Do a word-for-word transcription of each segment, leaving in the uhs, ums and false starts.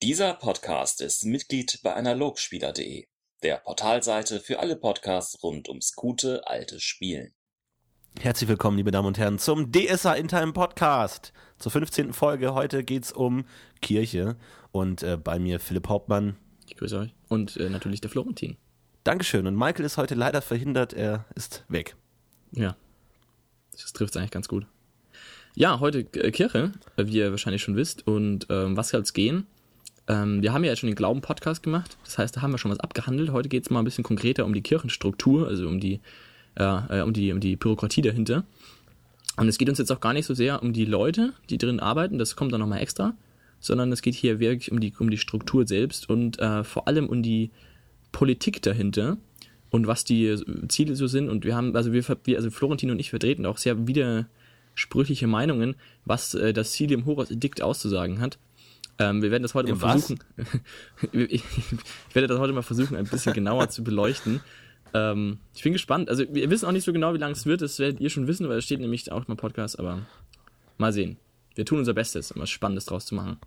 Dieser Podcast ist Mitglied bei analogspieler punkt de, der Portalseite für alle Podcasts rund ums gute alte Spielen. Herzlich willkommen, liebe Damen und Herren, zum D S A In Time Podcast. Zur fünfzehnten Folge. Heute geht's um Kirche und äh, bei mir Philipp Hauptmann. Ich grüße euch. Und äh, natürlich der Florentin. Dankeschön. Und Michael ist heute leider verhindert, er ist weg. Ja, das trifft es eigentlich ganz gut. Ja, heute äh, Kirche, wie ihr wahrscheinlich schon wisst. Und ähm, was soll's gehen? Ähm, wir haben ja jetzt schon den Glauben-Podcast gemacht. Das heißt, da haben wir schon was abgehandelt. Heute geht's mal ein bisschen konkreter um die Kirchenstruktur, also um die Äh, um die, um die Bürokratie dahinter. Und es geht uns jetzt auch gar nicht so sehr um die Leute, die drin arbeiten, das kommt dann nochmal extra, sondern es geht hier wirklich um die, um die Struktur selbst und äh, vor allem um die Politik dahinter und was die Ziele so sind. Und wir haben, also wir, wir also Florentin und ich vertreten auch sehr widersprüchliche Meinungen, was äh, das Cilium Horas Edikt auszusagen hat. Ähm, wir werden das heute Im mal versuchen. ich, ich werde das heute mal versuchen, ein bisschen genauer zu beleuchten. Ähm, ich bin gespannt. Also wir wissen auch nicht so genau, wie lange es wird. Das werdet ihr schon wissen, weil es steht nämlich auch im Podcast. Aber mal sehen. Wir tun unser Bestes, um was Spannendes draus zu machen.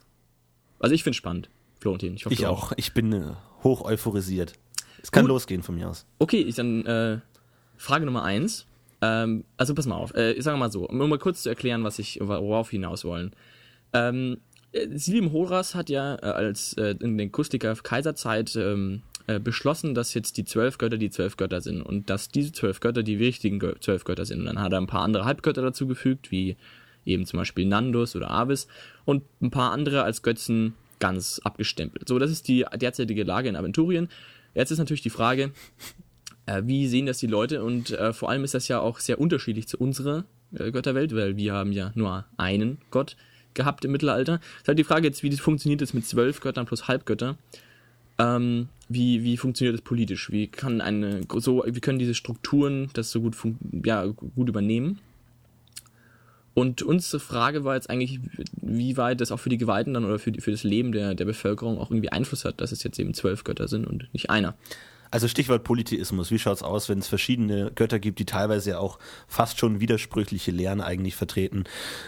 Also ich finde es spannend, Florentin. Ich, hoffe, ich auch. auch. Ich bin äh, hoch euphorisiert. Es kann Gut. losgehen von mir aus. Okay, ich dann äh, Frage Nummer eins. Ähm, also pass mal auf. Äh, ich sage mal so, um mal kurz zu erklären, was ich, worauf wir hinaus wollen. Ähm, Cilium Horas hat ja äh, als äh, in der Kusliker Kaiserzeit ähm, beschlossen, dass jetzt die zwölf Götter die zwölf Götter sind und dass diese zwölf Götter die richtigen zwölf Götter sind. Und dann hat er ein paar andere Halbgötter dazugefügt, wie eben zum Beispiel Nandus oder Avis und ein paar andere als Götzen ganz abgestempelt. So, das ist die derzeitige Lage in Aventurien. Jetzt ist natürlich die Frage, äh, wie sehen das die Leute? Und äh, vor allem ist das ja auch sehr unterschiedlich zu unserer äh, Götterwelt, weil wir haben ja nur einen Gott gehabt im Mittelalter. Das ist halt die Frage jetzt, wie das funktioniert jetzt mit zwölf Göttern plus Halbgötter. Ähm, wie, wie funktioniert das politisch? Wie kann eine so wie können diese Strukturen das so gut fun- ja, gut übernehmen? Und unsere Frage war jetzt eigentlich, wie weit das auch für die Geweihten dann oder für, die, für das Leben der, der Bevölkerung auch irgendwie Einfluss hat, dass es jetzt eben zwölf Götter sind und nicht einer. Also Stichwort Polytheismus. Wie schaut's aus, wenn es verschiedene Götter gibt, die teilweise ja auch fast schon widersprüchliche Lehren eigentlich vertreten?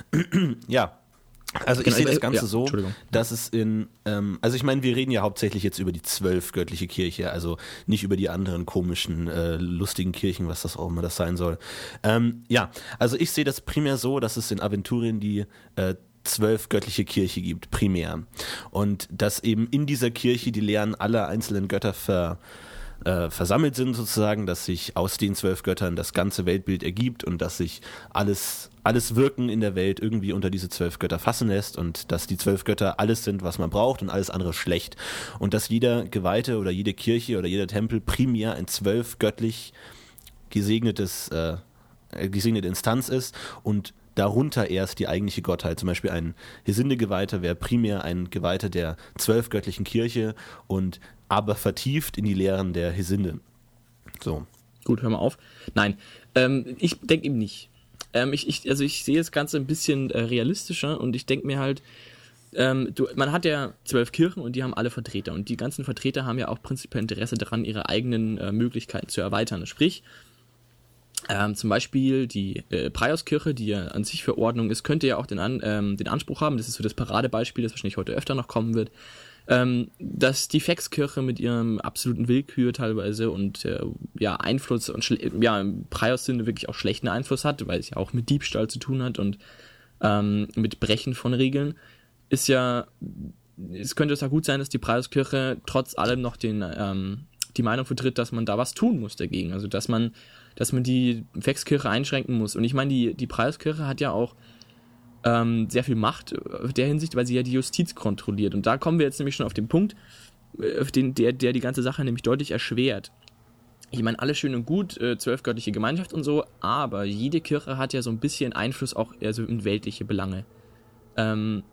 Ja. Also ich genau, sehe das Ganze ja, so, dass es in, ähm, also ich meine, wir reden ja hauptsächlich jetzt über die zwölf göttliche Kirche, also nicht über die anderen komischen, äh, lustigen Kirchen, was das auch immer das sein soll. Ähm, ja, also ich sehe das primär so, dass es in Aventurien die äh, zwölf göttliche Kirche gibt, primär. Und dass eben in dieser Kirche die Lehren aller einzelnen Götter ver Äh, versammelt sind sozusagen, dass sich aus den zwölf Göttern das ganze Weltbild ergibt und dass sich alles, alles Wirken in der Welt irgendwie unter diese zwölf Götter fassen lässt und dass die zwölf Götter alles sind, was man braucht und alles andere schlecht. Und dass jeder Geweihte oder jede Kirche oder jeder Tempel primär ein zwölf göttlich gesegnetes, äh, gesegnete Instanz ist und darunter erst die eigentliche Gottheit. Zum Beispiel ein Hesinde-Geweihter wäre primär ein Geweihter der zwölf göttlichen Kirche und aber vertieft in die Lehren der Hesinde. So. Gut, hör mal auf. Nein, ähm, ich denke eben nicht. Ähm, ich, ich, also ich sehe das Ganze ein bisschen äh, realistischer und ich denke mir halt, ähm, du, man hat ja zwölf Kirchen und die haben alle Vertreter und die ganzen Vertreter haben ja auch prinzipiell Interesse daran, ihre eigenen äh, Möglichkeiten zu erweitern. Sprich, Ähm, zum Beispiel die äh, Prioskirche, die ja an sich Verordnung ist, könnte ja auch den, An, ähm, den Anspruch haben, das ist so das Paradebeispiel, das wahrscheinlich heute öfter noch kommen wird, ähm, dass die Fexkirche mit ihrem absoluten Willkür teilweise und äh, ja, Einfluss und schle- ja, im Prios-Sinne wirklich auch schlechten Einfluss hat, weil es ja auch mit Diebstahl zu tun hat und ähm, mit Brechen von Regeln, ist ja, es könnte zwar gut sein, dass die Prioskirche trotz allem noch den, ähm, die Meinung vertritt, dass man da was tun muss dagegen, also dass man dass man die Fexkirche einschränken muss. Und ich meine, die, die Prioskirche hat ja auch ähm, sehr viel Macht in der Hinsicht, weil sie ja die Justiz kontrolliert. Und da kommen wir jetzt nämlich schon auf den Punkt, auf den, der, der die ganze Sache nämlich deutlich erschwert. Ich meine, alles schön und gut, äh, zwölfgöttliche Gemeinschaft und so, aber jede Kirche hat ja so ein bisschen Einfluss auch also in weltliche Belange. Ähm,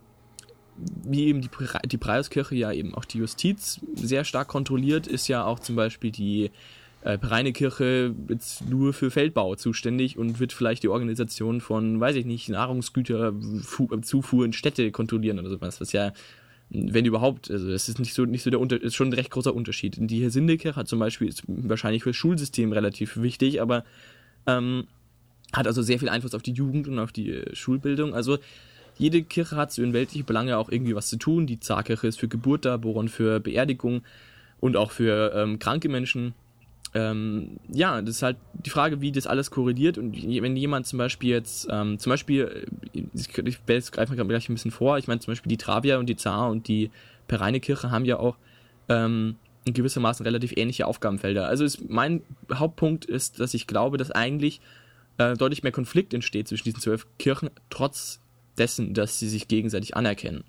wie eben die, die Prioskirche ja eben auch die Justiz sehr stark kontrolliert, ist ja auch zum Beispiel die Äh, Pereine Kirche jetzt nur für Feldbau zuständig und wird vielleicht die Organisation von, weiß ich nicht, Nahrungsgüterzufuhr in Städte kontrollieren oder sowas, was ja, wenn überhaupt, also das ist nicht so, nicht so der Unter- ist schon ein recht großer Unterschied. Die Hesinde-Kirche hat zum Beispiel, ist wahrscheinlich für das Schulsystem relativ wichtig, aber ähm, hat also sehr viel Einfluss auf die Jugend und auf die äh, Schulbildung, also jede Kirche hat so in weltlichen Belange auch irgendwie was zu tun. Die Pfarrkirche ist für Geburt da, Boron für Beerdigung und auch für ähm, kranke Menschen. Ähm, ja, das ist halt die Frage, wie das alles korreliert. Und wenn jemand zum Beispiel jetzt, ähm, zum Beispiel, ich, ich greife mir gleich ein bisschen vor, ich meine zum Beispiel die Travier und die Zar und die Pereine-Kirche haben ja auch ähm, in gewissermaßen relativ ähnliche Aufgabenfelder. Also ist, mein Hauptpunkt ist, dass ich glaube, dass eigentlich äh, deutlich mehr Konflikt entsteht zwischen diesen zwölf Kirchen, trotz dessen, dass sie sich gegenseitig anerkennen.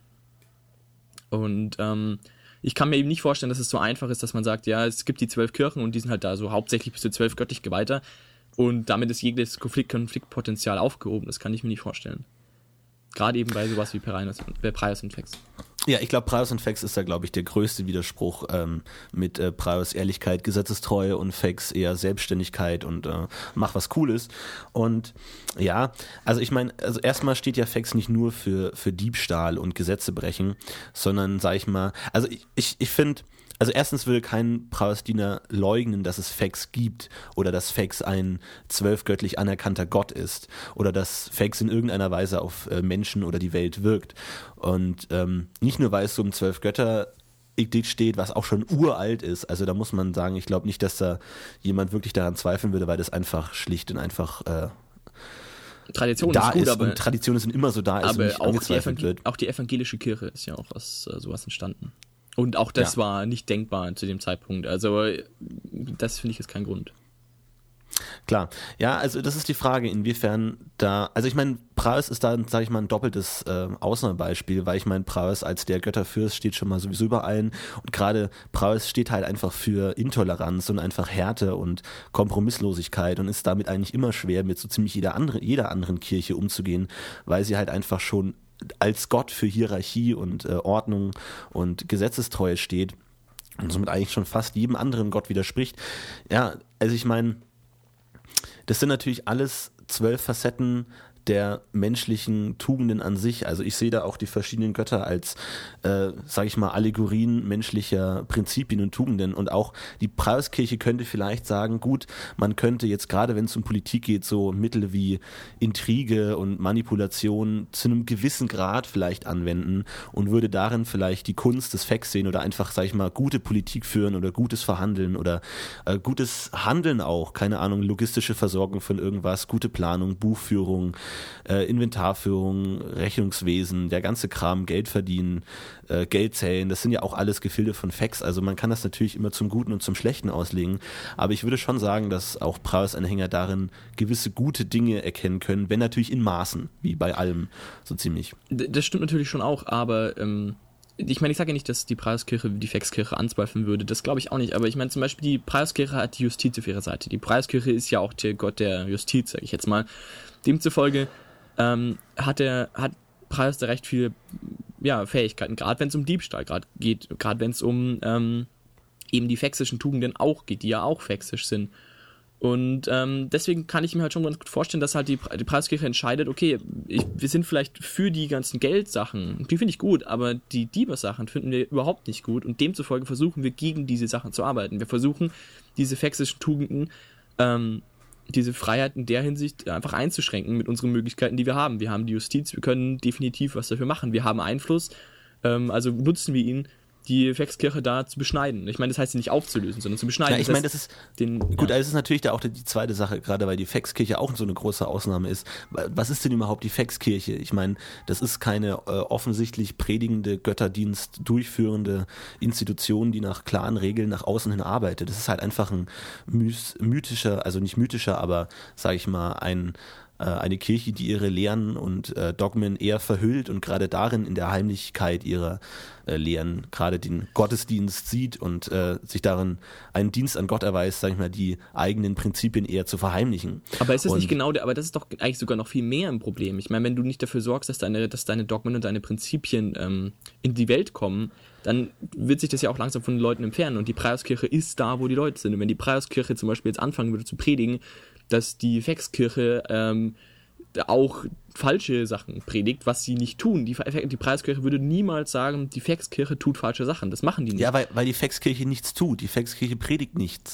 Und ähm, ich kann mir eben nicht vorstellen, dass es so einfach ist, dass man sagt, ja, es gibt die zwölf Kirchen und die sind halt da so hauptsächlich bis zu zwölf göttlich Geweihter und damit ist jegliches Konflikt, Konfliktpotenzial aufgehoben. Das kann ich mir nicht vorstellen. Gerade eben bei sowas wie Prius und Fex. Ja, ich glaube, Prius und Fex ist da, glaube ich, der größte Widerspruch ähm, mit äh, Prius Ehrlichkeit, Gesetzestreue und Fex eher Selbstständigkeit und äh, mach was Cooles. Und ja, also ich meine, also erstmal steht ja Fex nicht nur für, für Diebstahl und Gesetze brechen, sondern, sag ich mal, also ich, ich, ich finde, also erstens würde kein Prius-Diener leugnen, dass es Fex gibt oder dass Fex ein zwölfgöttlich anerkannter Gott ist oder dass Fex in irgendeiner Weise auf äh, Menschen oder die Welt wirkt. Und ähm, nicht nur, weil es so um zwölf Götter steht, was auch schon uralt ist. Also da muss man sagen, ich glaube nicht, dass da jemand wirklich daran zweifeln würde, weil das einfach schlicht und einfach äh, Tradition da ist gut, ist aber und Tradition ist und immer so da ist aber und nicht auch, die angezweifelt wird. auch die evangelische Kirche ist ja auch was äh, sowas entstanden. Und auch das ja. war nicht denkbar zu dem Zeitpunkt. Also das finde ich jetzt kein Grund. Klar. Ja, also das ist die Frage, inwiefern da, also ich meine, Prius ist da, sage ich mal, ein doppeltes äh, Ausnahmebeispiel, weil ich meine, Prius als der Götterfürst steht schon mal sowieso über allen und gerade Prius steht halt einfach für Intoleranz und einfach Härte und Kompromisslosigkeit und ist damit eigentlich immer schwer, mit so ziemlich jeder, andere, jeder anderen Kirche umzugehen, weil sie halt einfach schon als Gott für Hierarchie und äh, Ordnung und Gesetzestreue steht und somit eigentlich schon fast jedem anderen Gott widerspricht. Ja, also ich meine, das sind natürlich alles zwölf Facetten der menschlichen Tugenden an sich. Also ich sehe da auch die verschiedenen Götter als, äh, sage ich mal, Allegorien menschlicher Prinzipien und Tugenden. Und auch die Priuskirche könnte vielleicht sagen, gut, man könnte jetzt gerade, wenn es um Politik geht, so Mittel wie Intrige und Manipulation zu einem gewissen Grad vielleicht anwenden und würde darin vielleicht die Kunst des Fex sehen oder einfach, sage ich mal, gute Politik führen oder gutes Verhandeln oder äh, gutes Handeln auch. Keine Ahnung, logistische Versorgung von irgendwas, gute Planung, Buchführung, Äh, Inventarführung, Rechnungswesen, der ganze Kram, Geld verdienen, äh, Geld zählen, das sind ja auch alles Gefilde von Fex, also man kann das natürlich immer zum Guten und zum Schlechten auslegen, aber ich würde schon sagen, dass auch Prius-Anhänger darin gewisse gute Dinge erkennen können, wenn natürlich in Maßen, wie bei allem, so ziemlich. Das stimmt natürlich schon auch, aber ähm ich meine, ich sage ja nicht, dass die Priuskirche die Fex-Kirche anzweifeln würde, das glaube ich auch nicht, aber ich meine zum Beispiel, die Priuskirche hat die Justiz auf ihrer Seite. Die Priuskirche ist ja auch der Gott der Justiz, sage ich jetzt mal. Demzufolge ähm, hat, der, hat Prius da recht viele ja, Fähigkeiten, gerade wenn es um Diebstahl grad geht, gerade wenn es um ähm, eben die fexischen Tugenden auch geht, die ja auch fexisch sind. Und ähm, deswegen kann ich mir halt schon ganz gut vorstellen, dass halt die, die Priuskirche entscheidet, okay, ich, wir sind vielleicht für die ganzen Geldsachen, die finde ich gut, aber die Diebessachen finden wir überhaupt nicht gut und demzufolge versuchen wir gegen diese Sachen zu arbeiten. Wir versuchen diese fexischen Tugenden, ähm, diese Freiheit in der Hinsicht einfach einzuschränken mit unseren Möglichkeiten, die wir haben. Wir haben die Justiz, wir können definitiv was dafür machen, wir haben Einfluss, ähm, also nutzen wir ihn, die Fex-Kirche da zu beschneiden. Ich meine, das heißt sie nicht aufzulösen, sondern zu beschneiden. Ja, ich meine, das ist den, gut, ja. also es ist natürlich da auch die zweite Sache, gerade weil die Fex-Kirche auch so eine große Ausnahme ist. Was ist denn überhaupt die Fex-Kirche? Ich meine, das ist keine äh, offensichtlich predigende, Götterdienst durchführende Institution, die nach klaren Regeln nach außen hin arbeitet. Das ist halt einfach ein mythischer, also nicht mythischer, aber sage ich mal, ein eine Kirche, die ihre Lehren und äh, Dogmen eher verhüllt und gerade darin in der Heimlichkeit ihrer äh, Lehren gerade den Gottesdienst sieht und äh, sich darin einen Dienst an Gott erweist, sag ich mal, die eigenen Prinzipien eher zu verheimlichen. Aber ist das und nicht genau der, aber das ist doch eigentlich sogar noch viel mehr ein Problem. Ich meine, wenn du nicht dafür sorgst, dass deine, dass deine Dogmen und deine Prinzipien ähm, in die Welt kommen, dann wird sich das ja auch langsam von den Leuten entfernen und die Priuskirche ist da, wo die Leute sind. Und wenn die Priuskirche zum Beispiel jetzt anfangen würde zu predigen, dass die Fex-Kirche ähm, auch falsche Sachen predigt, was sie nicht tun. Die, die Priuskirche würde niemals sagen, die Fex-Kirche tut falsche Sachen. Das machen die nicht. Ja, weil, weil die Fex-Kirche nichts tut. Die Fex-Kirche predigt nichts.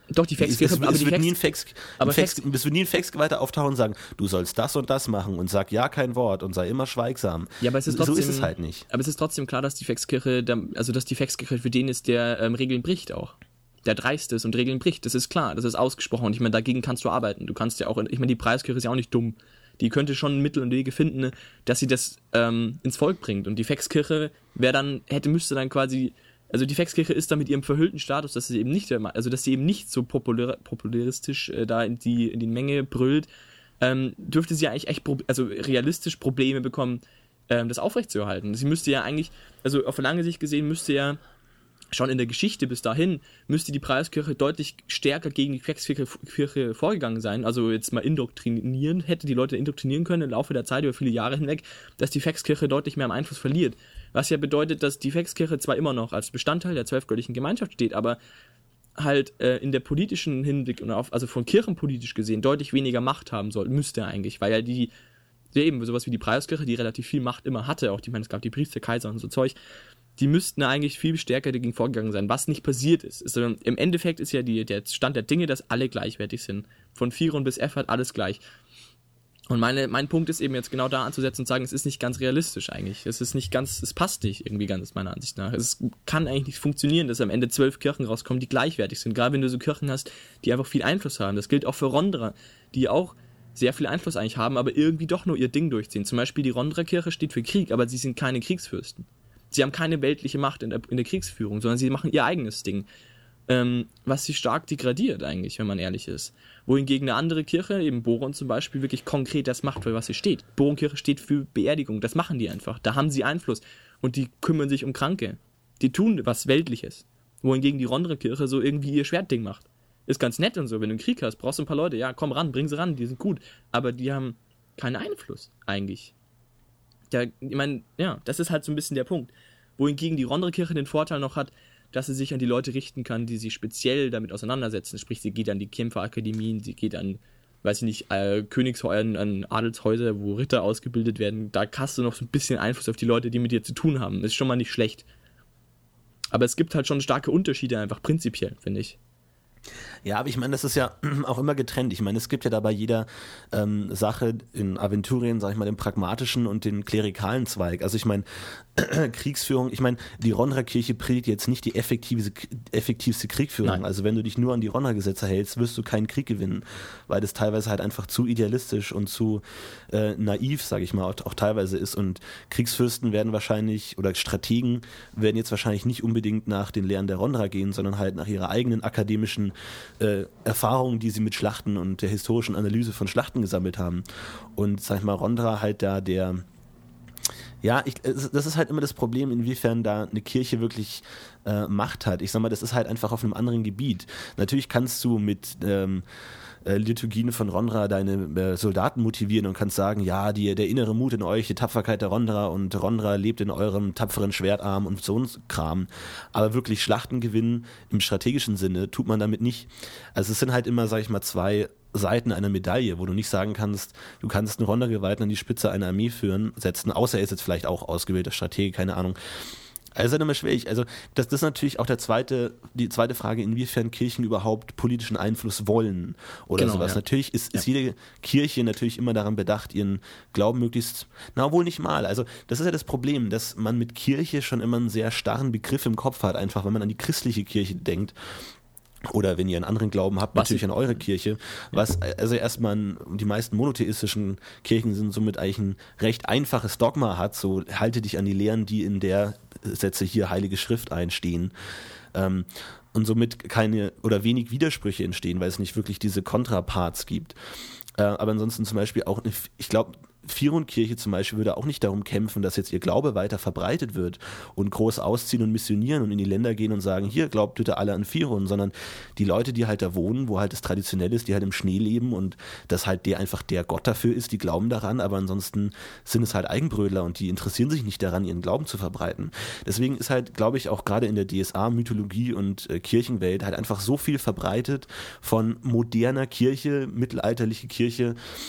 Doch, die Faxkirche, es, es, aber es die wird Fax, nie ein Fax, aber ein Fax, Fax, es wird nie ein Faxgeweihter auftauchen und sagen, du sollst das und das machen und sag ja kein Wort und sei immer schweigsam. Ja, aber es ist trotzdem, so ist es halt nicht. Aber es ist trotzdem klar, dass die Faxkirche, also dass die Faxkirche für den ist, der ähm, Regeln bricht auch. Der dreist ist und Regeln bricht, das ist klar, das ist ausgesprochen. Und ich meine, dagegen kannst du arbeiten. Du kannst ja auch, ich meine, die Preiskirche ist ja auch nicht dumm. Die könnte schon Mittel und Wege finden, dass sie das ähm, ins Volk bringt. Und die Faxkirche wäre dann, hätte, müsste dann quasi, also die Faxkirche ist da mit ihrem verhüllten Status, dass sie eben nicht, also dass sie eben nicht so populär, popularistisch äh, da in die, in die Menge brüllt, ähm, dürfte sie eigentlich echt, also realistisch Probleme bekommen, ähm, das aufrechtzuerhalten. Sie müsste ja eigentlich, also auf lange Sicht gesehen, müsste ja schon in der Geschichte bis dahin, müsste die Preiskirche deutlich stärker gegen die Faxkirche vorgegangen sein, also jetzt mal indoktrinieren, hätte die Leute indoktrinieren können im Laufe der Zeit über viele Jahre hinweg, dass die Faxkirche deutlich mehr am Einfluss verliert. Was ja bedeutet, dass die Faxkirche zwar immer noch als Bestandteil der zwölfgöttlichen Gemeinschaft steht, aber halt äh, in der politischen Hinblick, und auf, also von kirchenpolitisch gesehen, deutlich weniger Macht haben soll, müsste eigentlich, weil ja die, ja eben sowas wie die Preiskirche, die relativ viel Macht immer hatte, auch die, ich meine, es gab die Priester, Kaiser und so Zeug, die müssten eigentlich viel stärker dagegen vorgegangen sein, was nicht passiert ist. Also im Endeffekt ist ja die, der Stand der Dinge, dass alle gleichwertig sind. Von Firon bis F hat alles gleich. Und meine, mein Punkt ist eben jetzt genau da anzusetzen und sagen, es ist nicht ganz realistisch eigentlich. Es ist nicht ganz, es passt nicht irgendwie ganz meiner Ansicht nach. Es kann eigentlich nicht funktionieren, dass am Ende zwölf Kirchen rauskommen, die gleichwertig sind. Gerade wenn du so Kirchen hast, die einfach viel Einfluss haben. Das gilt auch für Ronderer, die auch sehr viel Einfluss eigentlich haben, aber irgendwie doch nur ihr Ding durchziehen. Zum Beispiel die Ronderer Kirche steht für Krieg, aber sie sind keine Kriegsfürsten. Sie haben keine weltliche Macht in der, in der Kriegsführung, sondern sie machen ihr eigenes Ding, ähm, was sie stark degradiert eigentlich, wenn man ehrlich ist. Wohingegen eine andere Kirche, eben Boron zum Beispiel, wirklich konkret das macht, für was sie steht. Boron-Kirche steht für Beerdigung, das machen die einfach, da haben sie Einfluss und die kümmern sich um Kranke. Die tun was Weltliches. Wohingegen die Ronderer Kirche so irgendwie ihr Schwertding macht. Ist ganz nett und so, wenn du einen Krieg hast, brauchst du ein paar Leute, ja komm ran, bring sie ran, die sind gut, aber die haben keinen Einfluss eigentlich. Ja, ich meine, ja, das ist halt so ein bisschen der Punkt. Wohingegen die Ronderer Kirche den Vorteil noch hat, dass sie sich an die Leute richten kann, die sich speziell damit auseinandersetzen. Sprich, sie geht an die Kämpferakademien, sie geht an, weiß ich nicht, äh, Königshäusern, an Adelshäuser, wo Ritter ausgebildet werden. Da hast du noch so ein bisschen Einfluss auf die Leute, die mit dir zu tun haben. Ist schon mal nicht schlecht. Aber es gibt halt schon starke Unterschiede, einfach prinzipiell, finde ich. Ja, aber ich meine, das ist ja auch immer getrennt. Ich meine, es gibt ja da bei jeder ähm, Sache in Aventurien, sag ich mal, den pragmatischen und den klerikalen Zweig. Also ich meine, Kriegsführung, ich meine, die Ronderer Kirche predigt jetzt nicht die effektive, effektivste Kriegführung. Nein. Also wenn du dich nur an die Ronderer Gesetze hältst, wirst du keinen Krieg gewinnen, weil das teilweise halt einfach zu idealistisch und zu äh, naiv, sag ich mal, auch, auch teilweise ist. Und Kriegsfürsten werden wahrscheinlich, oder Strategen werden jetzt wahrscheinlich nicht unbedingt nach den Lehren der Ronderer gehen, sondern halt nach ihrer eigenen akademischen Äh, Erfahrungen, die sie mit Schlachten und der historischen Analyse von Schlachten gesammelt haben. Und sag ich mal, Ronderer halt da der, ja, ich, das ist halt immer das Problem, inwiefern da eine Kirche wirklich äh, Macht hat. Ich sag mal, das ist halt einfach auf einem anderen Gebiet. Natürlich kannst du mit ähm, Liturgien von Ronderer deine äh, Soldaten motivieren und kannst sagen, ja, die, der innere Mut in euch, die Tapferkeit der Ronderer und Ronderer lebt in eurem tapferen Schwertarm und so ein Kram. Aber wirklich Schlachten gewinnen im strategischen Sinne tut man damit nicht. Also es sind halt immer, sag ich mal, zwei Seiten einer Medaille, wo du nicht sagen kannst, du kannst einen Rondergeweihten an die Spitze einer Armee führen, setzen, außer er ist jetzt vielleicht auch ausgebildeter Stratege, keine Ahnung. Also ist immer schwierig. Also das, das ist natürlich auch der zweite, die zweite Frage, inwiefern Kirchen überhaupt politischen Einfluss wollen oder genau, sowas. Ja. Natürlich ist, ist ja. jede Kirche natürlich immer daran bedacht, ihren Glauben möglichst, na wohl nicht mal. Also das ist ja das Problem, dass man mit Kirche schon immer einen sehr starren Begriff im Kopf hat, einfach wenn man an die christliche Kirche denkt. Oder wenn ihr einen anderen Glauben habt, was natürlich an eure Kirche. Was, also erstmal, die meisten monotheistischen Kirchen sind somit eigentlich ein recht einfaches Dogma hat, so halte dich an die Lehren, die in der, setze hier Heilige Schrift einstehen. Ähm, und somit keine oder wenig Widersprüche entstehen, weil es nicht wirklich diese Kontraparts gibt. Äh, aber ansonsten zum Beispiel auch, ich glaube, Firon-Kirche zum Beispiel würde auch nicht darum kämpfen, dass jetzt ihr Glaube weiter verbreitet wird und groß ausziehen und missionieren und in die Länder gehen und sagen, hier, glaubt bitte alle an Firon, sondern die Leute, die halt da wohnen, wo halt das traditionell ist, die halt im Schnee leben und dass halt der einfach der Gott dafür ist, die glauben daran, aber ansonsten sind es halt Eigenbrötler und die interessieren sich nicht daran, ihren Glauben zu verbreiten. Deswegen ist halt, glaube ich, auch gerade in der D S A, Mythologie und äh, Kirchenwelt halt einfach so viel verbreitet von moderner Kirche, mittelalterliche Kirche,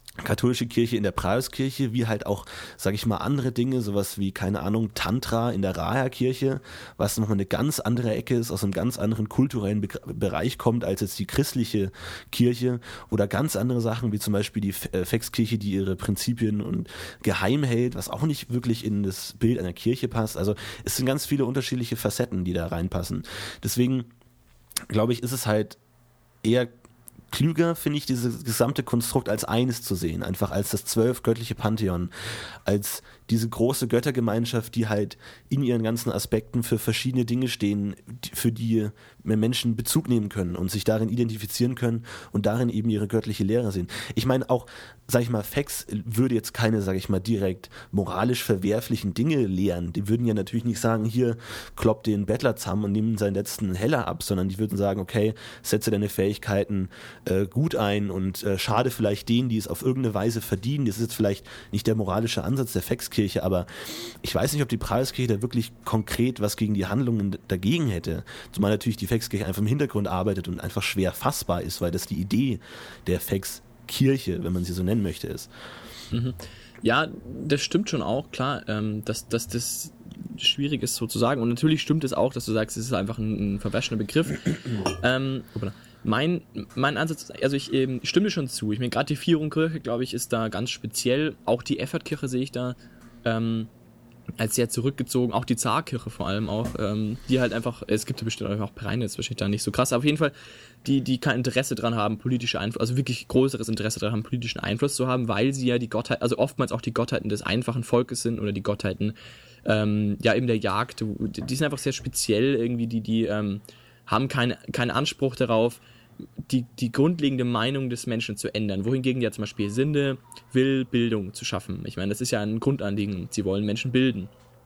katholische Kirche in der Praiuskirche, wie halt auch, sag ich mal, andere Dinge, sowas wie, keine Ahnung, Tantra in der Raja-Kirche, was nochmal eine ganz andere Ecke ist, aus einem ganz anderen kulturellen Be- Bereich kommt, als jetzt die christliche Kirche, oder ganz andere Sachen, wie zum Beispiel die Fex-Kirche, die ihre Prinzipien und geheim hält, was auch nicht wirklich in das Bild einer Kirche passt. Also es sind ganz viele unterschiedliche Facetten, die da reinpassen. Deswegen, glaube ich, ist es halt eher klüger, finde ich, dieses gesamte Konstrukt als eines zu sehen, einfach als das zwölf göttliche Pantheon, als diese große Göttergemeinschaft, die halt in ihren ganzen Aspekten für verschiedene Dinge stehen, für die Menschen Bezug nehmen können und sich darin identifizieren können und darin eben ihre göttliche Lehre sehen. Ich meine auch, sag ich mal, Fex würde jetzt keine, sag ich mal, direkt moralisch verwerflichen Dinge lehren. Die würden ja natürlich nicht sagen, hier, klopp den Bettler zusammen und nimm seinen letzten Heller ab, sondern die würden sagen, okay, setze deine Fähigkeiten äh, gut ein und äh, schade vielleicht denen, die es auf irgendeine Weise verdienen. Das ist jetzt vielleicht nicht der moralische Ansatz der Fex-Kirche, aber ich weiß nicht, ob die Praiuskirche da wirklich konkret was gegen die Handlungen dagegen hätte. Zumal natürlich die Fex-Kirche einfach im Hintergrund arbeitet und einfach schwer fassbar ist, weil das die Idee der Fex-Kirche, wenn man sie so nennen möchte, ist. Mhm. Ja, das stimmt schon auch, klar, ähm, dass, dass das schwierig ist sozusagen. Und natürlich stimmt es auch, dass du sagst, es ist einfach ein, ein verwaschener Begriff. ähm, mein, mein Ansatz, also ich ähm, stimme schon zu. Ich meine, gerade die Vierungkirche, glaube ich, ist da ganz speziell. Auch die Effertkirche sehe ich da ähm, als sehr zurückgezogen. Auch die Zarkirche vor allem auch. Ähm, die halt einfach, es gibt ja bestimmt auch Pereine, das ist wahrscheinlich da nicht so krass. Aber auf jeden Fall, die, die kein Interesse dran haben, politische Einfluss, also wirklich größeres Interesse daran haben, politischen Einfluss zu haben, weil sie ja die Gottheit, also oftmals auch die Gottheiten des einfachen Volkes sind oder die Gottheiten, ähm, ja, eben der Jagd. Die sind einfach sehr speziell irgendwie, die, die, ähm, haben keinen keinen Anspruch darauf, die, die grundlegende Meinung des Menschen zu ändern. Wohingegen ja zum Beispiel Sinde will, Bildung zu schaffen. Ich meine, das ist ja ein Grundanliegen. Sie wollen Menschen bilden.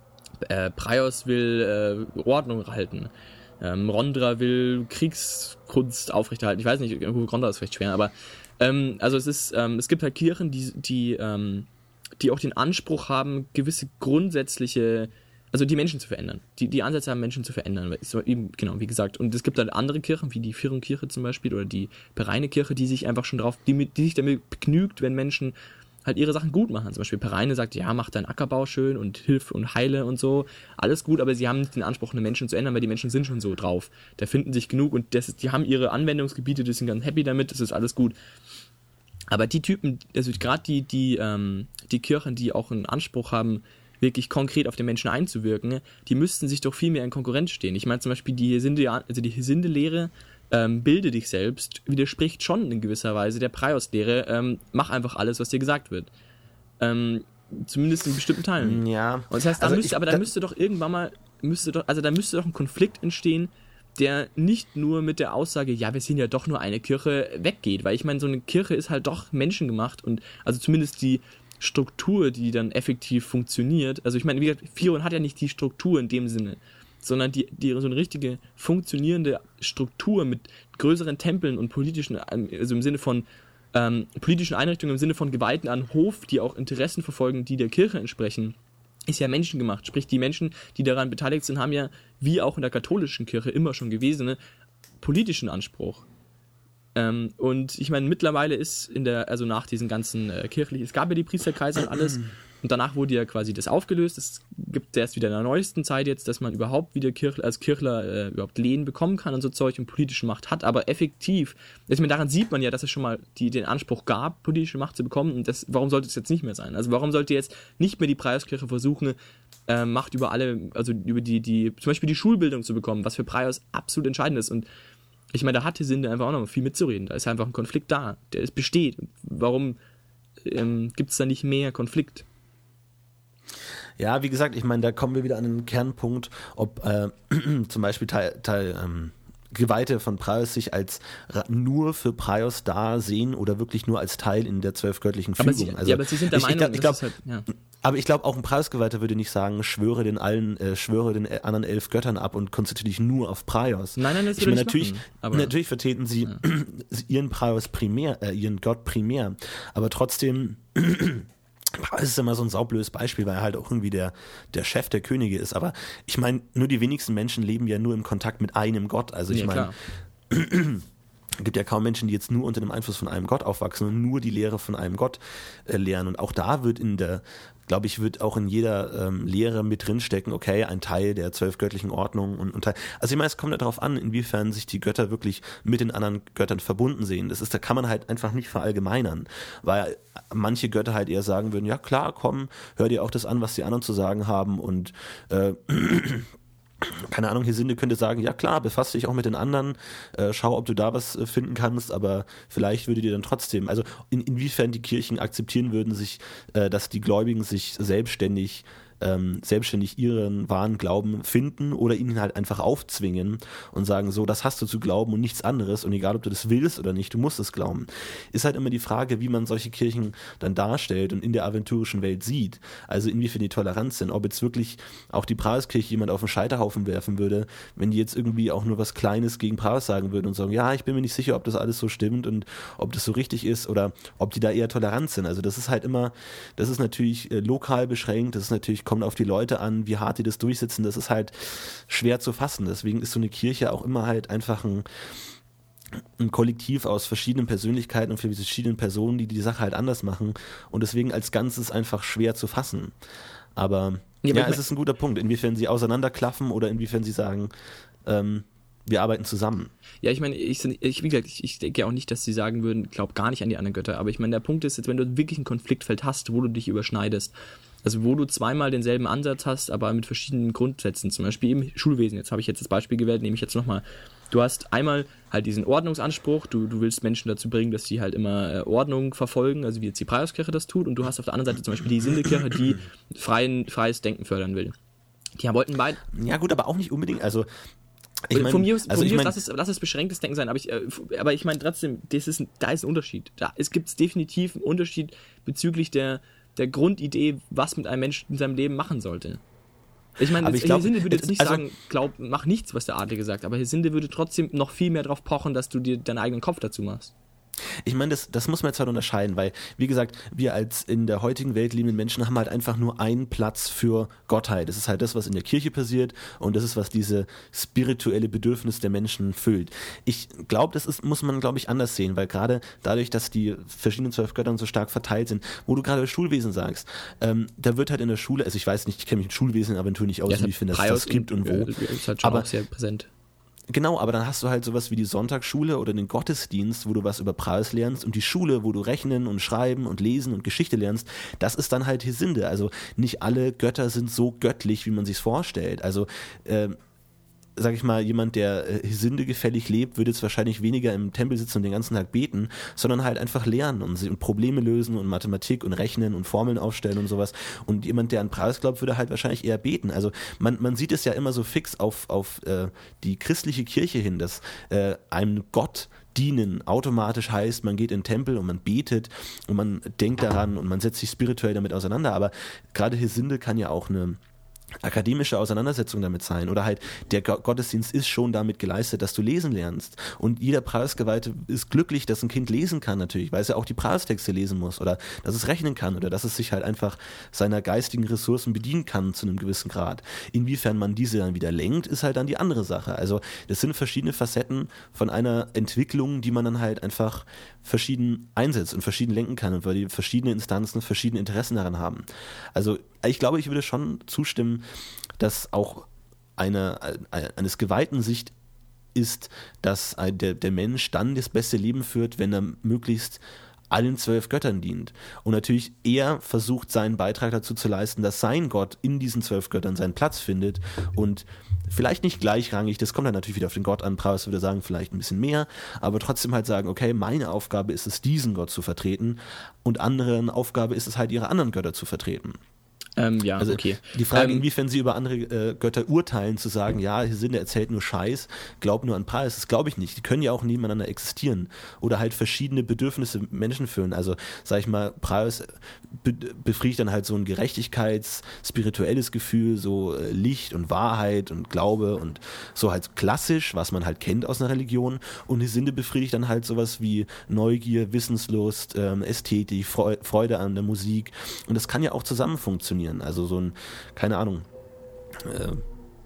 Äh, Praios will äh, Ordnung halten. Ähm, Rondra will Kriegskunst aufrechterhalten. Ich weiß nicht, Rondra ist vielleicht schwer, aber ähm, also es ist, ähm, es gibt halt Kirchen, die, die, ähm, die auch den Anspruch haben, gewisse grundsätzliche, also die Menschen zu verändern. Die, die Ansätze haben, Menschen zu verändern. Eben, genau, wie gesagt. Und es gibt halt andere Kirchen, wie die Vierungkirche zum Beispiel oder die Pereine-Kirche, die sich einfach schon drauf, die, die sich damit begnügt, wenn Menschen halt ihre Sachen gut machen. Zum Beispiel Pereine sagt, ja, mach deinen Ackerbau schön und hilf und heile und so. Alles gut, aber sie haben nicht den Anspruch, eine Menschen zu ändern, weil die Menschen sind schon so drauf. Da finden sich genug und das ist, die haben ihre Anwendungsgebiete, die sind ganz happy damit, das ist alles gut. Aber die Typen, also gerade die, die, ähm, die Kirchen, die auch einen Anspruch haben, wirklich konkret auf den Menschen einzuwirken, die müssten sich doch viel mehr in Konkurrenz stehen. Ich meine zum Beispiel die Hesinde, also die Hesinde-Lehre, ähm, bilde dich selbst, widerspricht schon in gewisser Weise der Praios-Lehre, ähm, mach einfach alles, was dir gesagt wird. Ähm, zumindest in bestimmten Teilen. Ja. Und das heißt, da also müsste, ich, aber da, da müsste doch irgendwann mal, müsste doch, also da müsste doch ein Konflikt entstehen, der nicht nur mit der Aussage, ja, wir sind ja doch nur eine Kirche, weggeht. Weil ich meine, so eine Kirche ist halt doch menschengemacht und also zumindest die Struktur, die dann effektiv funktioniert. Also ich meine, wie gesagt, Firon hat ja nicht die Struktur in dem Sinne, sondern die, die so eine richtige funktionierende Struktur mit größeren Tempeln und politischen, also im Sinne von ähm, politischen Einrichtungen, im Sinne von Geweihten an Hof, die auch Interessen verfolgen, die der Kirche entsprechen, ist ja menschengemacht. Sprich, die Menschen, die daran beteiligt sind, haben ja, wie auch in der katholischen Kirche immer schon gewesen, ne, politischen Anspruch. Ähm, und ich meine, mittlerweile ist in der, also nach diesen ganzen äh, kirchlichen, es gab ja die Priesterkreise und alles, und danach wurde ja quasi das aufgelöst. Es gibt erst wieder in der neuesten Zeit jetzt, dass man überhaupt wieder Kirch, als Kirchler äh, überhaupt Lehen bekommen kann und so Zeug und politische Macht hat, aber effektiv, ich meine, daran sieht man ja, dass es schon mal die, den Anspruch gab, politische Macht zu bekommen, und das, warum sollte es jetzt nicht mehr sein? Also warum sollte jetzt nicht mehr die Praios-Kirche versuchen, äh, Macht über alle, also über die, die, zum Beispiel die Schulbildung zu bekommen, was für Praios absolut entscheidend ist, und ich meine, da hat die Sinde einfach auch noch viel mitzureden. Da ist einfach ein Konflikt da, der ist, besteht. Warum ähm, gibt es da nicht mehr Konflikt? Ja, wie gesagt, ich meine, da kommen wir wieder an den Kernpunkt, ob äh, zum Beispiel Teil, Teil ähm, Geweihte von Praios sich als nur für Praios da sehen oder wirklich nur als Teil in der zwölfgöttlichen Fügung. Aber sie, also, ja, aber sie sind der ich, Meinung, ich glaub, ich glaub, halt, ja. Aber ich glaube, auch ein Praios-Geweihter würde nicht sagen, schwöre den allen, äh, schwöre den anderen elf Göttern ab und konzentriere dich nur auf Praios. Nein, nein, das ich würde meine, ich natürlich, machen, aber natürlich vertreten sie ja. ihren Praios primär, äh, ihren Gott primär, aber trotzdem es ist immer so ein saublöses Beispiel, weil er halt auch irgendwie der, der Chef der Könige ist. Aber ich meine, nur die wenigsten Menschen leben ja nur im Kontakt mit einem Gott. Also ich ja, meine, Es gibt ja kaum Menschen, die jetzt nur unter dem Einfluss von einem Gott aufwachsen und nur die Lehre von einem Gott äh, lernen. Und auch da wird in der, glaube ich, wird auch in jeder ähm, Lehre mit drinstecken, okay, ein Teil der zwölf göttlichen Ordnungen. Und, und Teil, also ich meine, es kommt ja darauf an, inwiefern sich die Götter wirklich mit den anderen Göttern verbunden sehen. Das ist, da kann man halt einfach nicht verallgemeinern, weil manche Götter halt eher sagen würden, ja klar, komm, hör dir auch das an, was die anderen zu sagen haben und äh, keine Ahnung, Hesinde könnte sagen, ja klar, befass dich auch mit den anderen, äh, schau, ob du da was äh, finden kannst, aber vielleicht würde dir dann trotzdem, also in, inwiefern die Kirchen akzeptieren würden, sich, äh, dass die Gläubigen sich selbstständig ähm, selbstständig ihren wahren Glauben finden oder ihnen halt einfach aufzwingen und sagen, so, das hast du zu glauben und nichts anderes und egal, ob du das willst oder nicht, du musst es glauben. Ist halt immer die Frage, wie man solche Kirchen dann darstellt und in der aventurischen Welt sieht. Also inwiefern die tolerant sind, ob jetzt wirklich auch die Pragerskirche jemand auf den Scheiterhaufen werfen würde, wenn die jetzt irgendwie auch nur was Kleines gegen Prag sagen würden und sagen, ja, ich bin mir nicht sicher, ob das alles so stimmt und ob das so richtig ist oder ob die da eher tolerant sind. Also das ist halt immer, das ist natürlich äh, lokal beschränkt, das ist natürlich, kommt auf die Leute an, wie hart die das durchsetzen, das ist halt schwer zu fassen. Deswegen ist so eine Kirche auch immer halt einfach ein, ein Kollektiv aus verschiedenen Persönlichkeiten und verschiedenen Personen, die die Sache halt anders machen und deswegen als Ganzes einfach schwer zu fassen. Aber ja, ja es ist ein guter Punkt, inwiefern sie auseinanderklaffen oder inwiefern sie sagen, ähm, wir arbeiten zusammen. Ja, ich meine, ich, ich, wie gesagt, ich, ich denke auch nicht, dass sie sagen würden, glaub gar nicht an die anderen Götter, aber ich meine, der Punkt ist jetzt, wenn du wirklich ein Konfliktfeld hast, wo du dich überschneidest, also wo du zweimal denselben Ansatz hast, aber mit verschiedenen Grundsätzen, zum Beispiel im Schulwesen, jetzt habe ich jetzt das Beispiel gewählt, nehme ich jetzt nochmal, du hast einmal halt diesen Ordnungsanspruch, du, du willst Menschen dazu bringen, dass sie halt immer äh, Ordnung verfolgen, also wie jetzt die Pragerskirche das tut, und du hast auf der anderen Seite zum Beispiel die Hesindekirche, die freien, freies Denken fördern will. Die wollten beide... Ja gut, aber auch nicht unbedingt, also... Ich mein, von mir aus, also von ich mir mein, aus lass, es, lass es beschränktes Denken sein, aber ich, äh, aber ich meine trotzdem, das ist ein, da ist ein Unterschied. Da, es gibt definitiv einen Unterschied bezüglich der, der Grundidee, was mit einem Menschen in seinem Leben machen sollte. Ich meine, Hesinde würde jetzt nicht also, sagen, glaub, mach nichts, was der Adlige sagt, aber Hesinde würde trotzdem noch viel mehr darauf pochen, dass du dir deinen eigenen Kopf dazu machst. Ich meine, das, das muss man jetzt halt unterscheiden, weil, wie gesagt, wir als in der heutigen Welt lebenden Menschen haben halt einfach nur einen Platz für Gottheit. Das ist halt das, was in der Kirche passiert und das ist, was diese spirituelle Bedürfnis der Menschen füllt. Ich glaube, das ist, muss man, glaube ich, anders sehen, weil gerade dadurch, dass die verschiedenen zwölf Götter so stark verteilt sind, wo du gerade Schulwesen sagst, ähm, da wird halt in der Schule, also ich weiß nicht, ich kenne mich mit Schulwesen-Aventur nicht aus, ja, wie ich finde, dass es das gibt und wo. Ist halt schon aber, auch sehr präsent. Genau, aber dann hast du halt sowas wie die Sonntagsschule oder den Gottesdienst, wo du was über Praes lernst und die Schule, wo du rechnen und schreiben und lesen und Geschichte lernst, das ist dann halt Hesinde. Also nicht alle Götter sind so göttlich, wie man sich's vorstellt. Also äh, sag ich mal, jemand, der äh, Hesinde gefällig lebt, würde jetzt wahrscheinlich weniger im Tempel sitzen und den ganzen Tag beten, sondern halt einfach lernen und, und Probleme lösen und Mathematik und Rechnen und Formeln aufstellen und sowas. Und jemand, der an Praes glaubt, würde halt wahrscheinlich eher beten. Also man, man sieht es ja immer so fix auf, auf äh, die christliche Kirche hin, dass äh, einem Gott dienen automatisch heißt, man geht in den Tempel und man betet und man denkt daran und man setzt sich spirituell damit auseinander. Aber gerade Hesinde kann ja auch eine akademische Auseinandersetzung damit sein oder halt der Gottesdienst ist schon damit geleistet, dass du lesen lernst und jeder Praesgeweihte ist glücklich, dass ein Kind lesen kann natürlich, weil es ja auch die Praestexte lesen muss oder dass es rechnen kann oder dass es sich halt einfach seiner geistigen Ressourcen bedienen kann zu einem gewissen Grad. Inwiefern man diese dann wieder lenkt, ist halt dann die andere Sache. Also das sind verschiedene Facetten von einer Entwicklung, die man dann halt einfach verschieden einsetzt und verschieden lenken kann und weil die verschiedene Instanzen verschiedene Interessen daran haben. Also ich glaube, ich würde schon zustimmen, dass auch eine, eine eines geweihten Sicht ist, dass der, der Mensch dann das beste Leben führt, wenn er möglichst allen zwölf Göttern dient. Und natürlich er versucht, seinen Beitrag dazu zu leisten, dass sein Gott in diesen zwölf Göttern seinen Platz findet und vielleicht nicht gleichrangig, das kommt dann natürlich wieder auf den Gott an, Praus würde sagen, vielleicht ein bisschen mehr, aber trotzdem halt sagen, okay, meine Aufgabe ist es, diesen Gott zu vertreten und anderen Aufgabe ist es halt, ihre anderen Götter zu vertreten. Ähm, ja, also okay. Die Frage, ähm, inwiefern sie über andere äh, Götter urteilen, zu sagen, ja, Hesinde erzählt nur Scheiß, glaubt nur an Praes, das glaube ich nicht. Die können ja auch nebeneinander existieren oder halt verschiedene Bedürfnisse Menschen füllen. Also, sag ich mal, Praes be- befriedigt dann halt so ein Gerechtigkeits-, spirituelles Gefühl, so äh, Licht und Wahrheit und Glaube und so halt klassisch, was man halt kennt aus einer Religion. Und Hesinde befriedigt dann halt sowas wie Neugier, Wissenslust, ähm, Ästhetik, Freu- Freude an der Musik. Und das kann ja auch zusammen funktionieren. Also so ein, keine Ahnung, äh,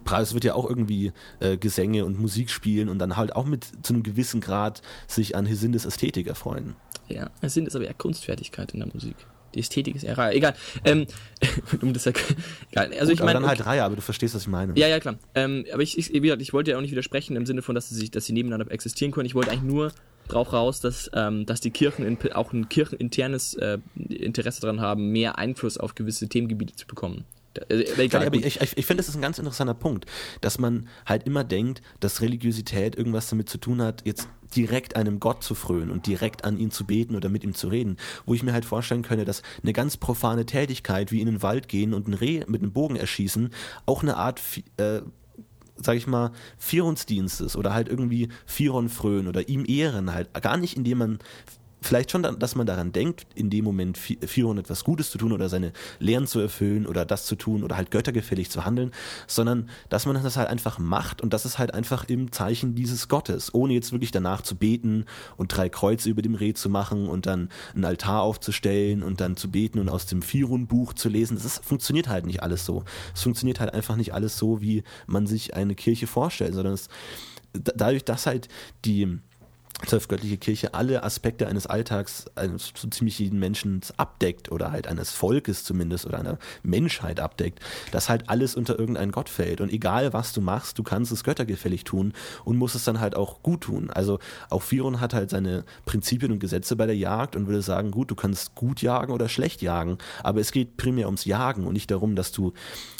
es wird ja auch irgendwie äh, Gesänge und Musik spielen und dann halt auch mit zu einem gewissen Grad sich an Hesindes Ästhetik erfreuen. Ja, Hesinde ist aber eher Kunstfertigkeit in der Musik. Die Ästhetik ist eher Reihe. Egal. Ähm, um das ja, egal. Also Gut, ich meine, aber dann halt Reihe, aber du verstehst, was ich meine. Ja, ja, klar. Ähm, aber ich, ich, wie gesagt, ich wollte ja auch nicht widersprechen im Sinne von, dass sie, sich, dass sie nebeneinander existieren können. Ich wollte eigentlich nur drauf raus, dass, ähm, dass die Kirchen in, auch ein kircheninternes äh, Interesse daran haben, mehr Einfluss auf gewisse Themengebiete zu bekommen. Äh, egal, aber ich, ich, ich finde, das ist ein ganz interessanter Punkt, dass man halt immer denkt, dass Religiosität irgendwas damit zu tun hat, jetzt direkt einem Gott zu frönen und direkt an ihn zu beten oder mit ihm zu reden, wo ich mir halt vorstellen könnte, dass eine ganz profane Tätigkeit wie in den Wald gehen und ein Reh mit einem Bogen erschießen auch eine Art, äh, sag ich mal, Vieronsdienstes oder halt irgendwie Viron frönen oder ihm ehren halt, gar nicht indem man vielleicht schon, dass man daran denkt, in dem Moment Viron etwas Gutes zu tun oder seine Lehren zu erfüllen oder das zu tun oder halt göttergefällig zu handeln, sondern dass man das halt einfach macht und das ist halt einfach im Zeichen dieses Gottes, ohne jetzt wirklich danach zu beten und drei Kreuze über dem Reh zu machen und dann einen Altar aufzustellen und dann zu beten und aus dem Viron-Buch zu lesen. Das ist, funktioniert halt nicht alles so. Es funktioniert halt einfach nicht alles so, wie man sich eine Kirche vorstellt, sondern es, dadurch, dass halt die zwölfgöttliche Kirche alle Aspekte eines Alltags eines so ziemlich jeden Menschen abdeckt oder halt eines Volkes zumindest oder einer Menschheit abdeckt, dass halt alles unter irgendeinen Gott fällt und egal was du machst, du kannst es göttergefällig tun und musst es dann halt auch gut tun. Also auch Viron hat halt seine Prinzipien und Gesetze bei der Jagd und würde sagen, gut, du kannst gut jagen oder schlecht jagen, aber es geht primär ums Jagen und nicht darum, dass du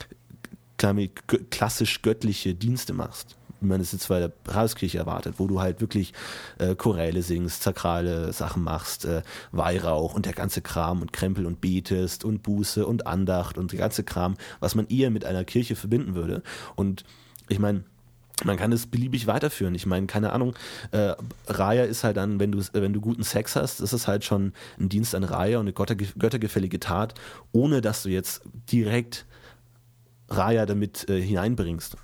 klassisch göttliche Dienste machst, wie man es jetzt bei der Rathauskirche erwartet, wo du halt wirklich äh, Choräle singst, sakrale Sachen machst, äh, Weihrauch und der ganze Kram und Krempel und betest und Buße und Andacht und der ganze Kram, was man eher mit einer Kirche verbinden würde. Und ich meine, man kann es beliebig weiterführen. Ich meine, keine Ahnung, äh, Raya ist halt dann, wenn du, wenn du guten Sex hast, ist es halt schon ein Dienst an Raya und eine götterge- göttergefällige Tat, ohne dass du jetzt direkt Raya damit äh, hineinbringst.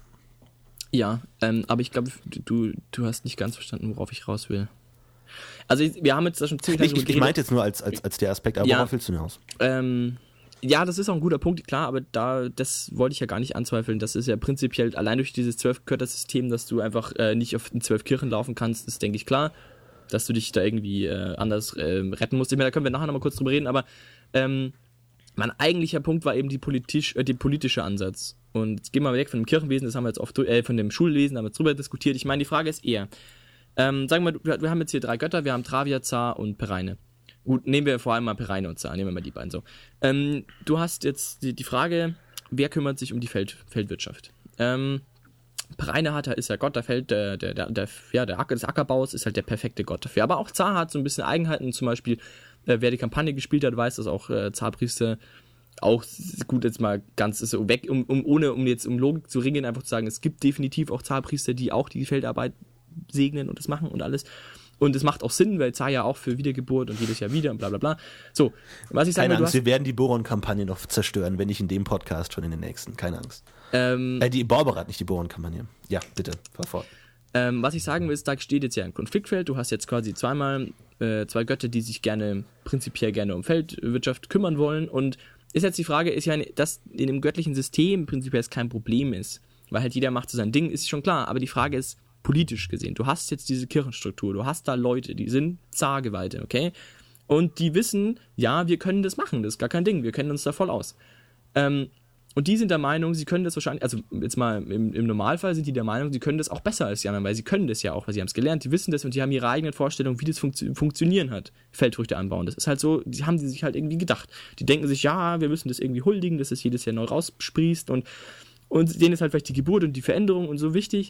Ja, ähm, aber ich glaube, du, du hast nicht ganz verstanden, worauf ich raus will. Also wir haben jetzt da schon ziemlich lange Ich, ich, ich meinte jetzt nur als, als, als der Aspekt, aber ja, worauf willst du hinaus? Ähm, ja, das ist auch ein guter Punkt, klar, aber da, das wollte ich ja gar nicht anzweifeln. Das ist ja prinzipiell allein durch dieses Zwölf-Götter-System, dass du einfach äh, nicht auf den zwölf Kirchen laufen kannst, ist, denke ich, klar, dass du dich da irgendwie äh, anders äh, retten musst. Ich meine, da können wir nachher nochmal kurz drüber reden, aber ähm, mein eigentlicher Punkt war eben die politisch, äh, der politische Ansatz. Und jetzt gehen wir mal weg von dem Kirchenwesen, das haben wir jetzt oft, äh, von dem Schulwesen, da haben wir jetzt drüber diskutiert. Ich meine, die Frage ist eher, ähm, sagen wir mal, wir haben jetzt hier drei Götter, wir haben Travia, Zar und Pereine. Gut, nehmen wir vor allem mal Pereine und Zar, nehmen wir mal die beiden so. Ähm, du hast jetzt die, die Frage, wer kümmert sich um die Feld, Feldwirtschaft? Ähm, Pereine hat, ist ja Gott der Feld, der, der, der, der, ja, der Acker, des Ackerbaus ist halt der perfekte Gott dafür. Aber auch Zar hat so ein bisschen Eigenheiten, zum Beispiel, äh, wer die Kampagne gespielt hat, weiß, dass auch äh, Zarpriester auch, gut, jetzt mal ganz so weg, um, um, ohne um jetzt um Logik zu ringen, einfach zu sagen, es gibt definitiv auch Zarpriester, die auch die Feldarbeit segnen und das machen und alles. Und es macht auch Sinn, weil Zar ja auch für Wiedergeburt und jedes Jahr wieder und bla bla bla. So, was ich sagen Keine will, Angst, wir werden die Boron-Kampagne noch zerstören, wenn nicht in dem Podcast, schon in den nächsten. Keine Angst. Ähm, äh, die Borberat, nicht die Boron-Kampagne. Ja, bitte, fahr fort. Ähm, was ich sagen will, ist, da steht jetzt ja ein Konfliktfeld. Du hast jetzt quasi zweimal äh, zwei Götter, die sich gerne, prinzipiell gerne um Feldwirtschaft kümmern wollen. Und ist jetzt die Frage, ist ja, dass in dem göttlichen System prinzipiell es kein Problem ist. Weil halt jeder macht so sein Ding, ist schon klar. Aber die Frage ist, politisch gesehen, du hast jetzt diese Kirchenstruktur, du hast da Leute, die sind Zargeweihte, okay? Und die wissen, ja, wir können das machen, das ist gar kein Ding, wir kennen uns da voll aus. Ähm, und die sind der Meinung, sie können das wahrscheinlich, also jetzt mal im, im Normalfall sind die der Meinung, sie können das auch besser als die anderen, weil sie können das ja auch, weil sie haben es gelernt, die wissen das und die haben ihre eigenen Vorstellungen, wie das funktio- funktionieren hat, Feldfrüchte anbauen. Das ist halt so, die haben die sich halt irgendwie gedacht. Die denken sich, ja, wir müssen das irgendwie huldigen, dass es jedes Jahr neu raussprießt und, und denen ist halt vielleicht die Geburt und die Veränderung und so wichtig.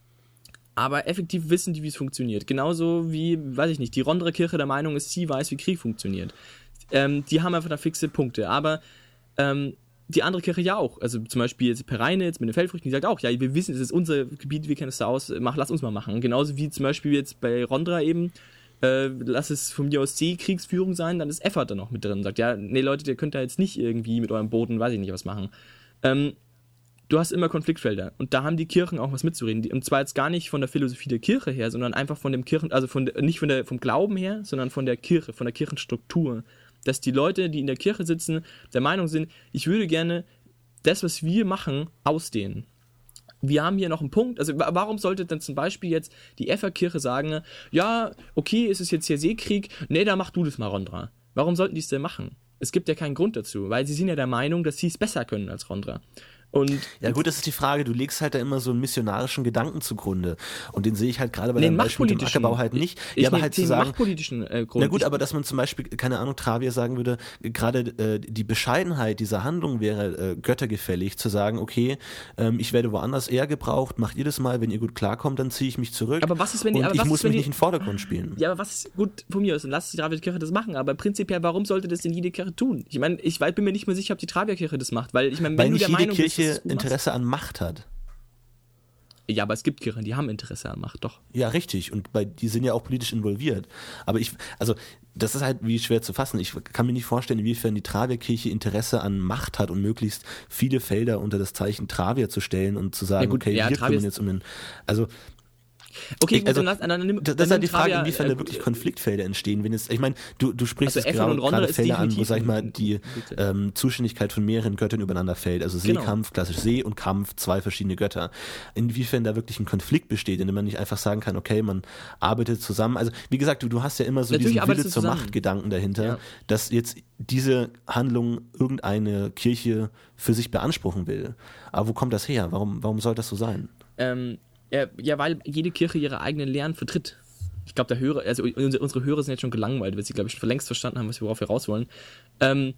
Aber effektiv wissen die, wie es funktioniert. Genauso wie, weiß ich nicht, die Ronderer Kirche der Meinung ist, sie weiß, wie Krieg funktioniert. Ähm, die haben einfach da fixe Punkte. Aber ähm, die andere Kirche ja auch. Also zum Beispiel jetzt Pereine, jetzt mit den Feldfrüchten, die sagt auch, ja, wir wissen, es ist unser Gebiet, wir kennen es da aus, mach, lass uns mal machen. Genauso wie zum Beispiel jetzt bei Rondra eben, äh, lass es von mir aus C-Kriegsführung sein, dann ist Effert da noch mit drin. Sagt, ja, nee Leute, ihr könnt da jetzt nicht irgendwie mit eurem Boden, weiß ich nicht, was machen. Ähm, Du hast immer Konfliktfelder und da haben die Kirchen auch was mitzureden. Und zwar jetzt gar nicht von der Philosophie der Kirche her, sondern einfach von dem Kirchen, also von der, nicht von der, vom Glauben her, sondern von der Kirche, von der Kirchenstruktur. Dass die Leute, die in der Kirche sitzen, der Meinung sind, ich würde gerne das, was wir machen, ausdehnen. wir haben hier noch einen Punkt, also warum sollte dann zum Beispiel jetzt die Efferkirche sagen, ja, okay, ist es jetzt hier Seekrieg, nee, dann mach du das mal, Rondra. Warum sollten die es denn machen? Es gibt ja keinen Grund dazu, weil sie sind ja der Meinung, dass sie es besser können als Rondra. Und ja gut, das ist die Frage, du legst halt da immer so einen missionarischen Gedanken zugrunde und den sehe ich halt gerade bei nee, dem Beispiel mit dem Ackerbau halt nicht. Ich, ja, aber ich halt zu sagen, machtpolitischen äh, Grund. Na gut, aber dass man zum Beispiel, keine Ahnung, Travier sagen würde, gerade äh, die Bescheidenheit dieser Handlung wäre äh, göttergefällig, zu sagen, okay, ähm, ich werde woanders eher gebraucht, macht ihr das mal, wenn ihr gut klarkommt, dann ziehe ich mich zurück aber was ist, wenn die, und aber ich was muss ist, wenn mich die, nicht in den Vordergrund spielen. Ja, aber was ist, gut, von mir aus, dann lass die Travierkirche das machen, aber prinzipiell, warum sollte das denn jede Kirche tun? Ich meine, ich bin mir nicht mehr sicher, ob die Travierkirche das macht, weil ich meine, wenn weil du nicht der jede Meinung Kirche bist, Interesse machst, an Macht hat. ja, aber es gibt Kirchen, die haben Interesse an Macht, doch. Ja, richtig. Und bei, die sind ja auch politisch involviert. Aber ich, also, das ist halt wie schwer zu fassen. Ich kann mir nicht vorstellen, inwiefern die Travierkirche Interesse an Macht hat und möglichst viele Felder unter das Zeichen Travier zu stellen und zu sagen, ja, gut, okay, ja, wir kümmern jetzt um den, also, Okay, ich, also, dann, dann, dann, dann, das ist halt die Frage, Travier, inwiefern äh, da wirklich Konfliktfelder entstehen. Wenn es, ich meine, du, du sprichst also jetzt gerade, gerade Felder an, wo, sag ich mal, ein, die ähm, Zuständigkeit von mehreren Göttern übereinander fällt. Also Seekampf, genau. Klassisch See und Kampf, zwei verschiedene Götter. Inwiefern da wirklich ein Konflikt besteht, indem man nicht einfach sagen kann, okay, man arbeitet zusammen. Also wie gesagt, du, du hast ja immer so Natürlich diesen Wille zur Macht-Gedanken dahinter, ja. dass jetzt diese Handlung irgendeine Kirche für sich beanspruchen will. Aber wo kommt das her? Warum, warum soll das so sein? Ähm, Ja, weil jede Kirche ihre eigenen Lehren vertritt. Ich glaube, der Hörer, also unsere Hörer sind jetzt schon gelangweilt, weil sie, glaube ich, schon längst verstanden haben, worauf wir raus wollen. Ähm,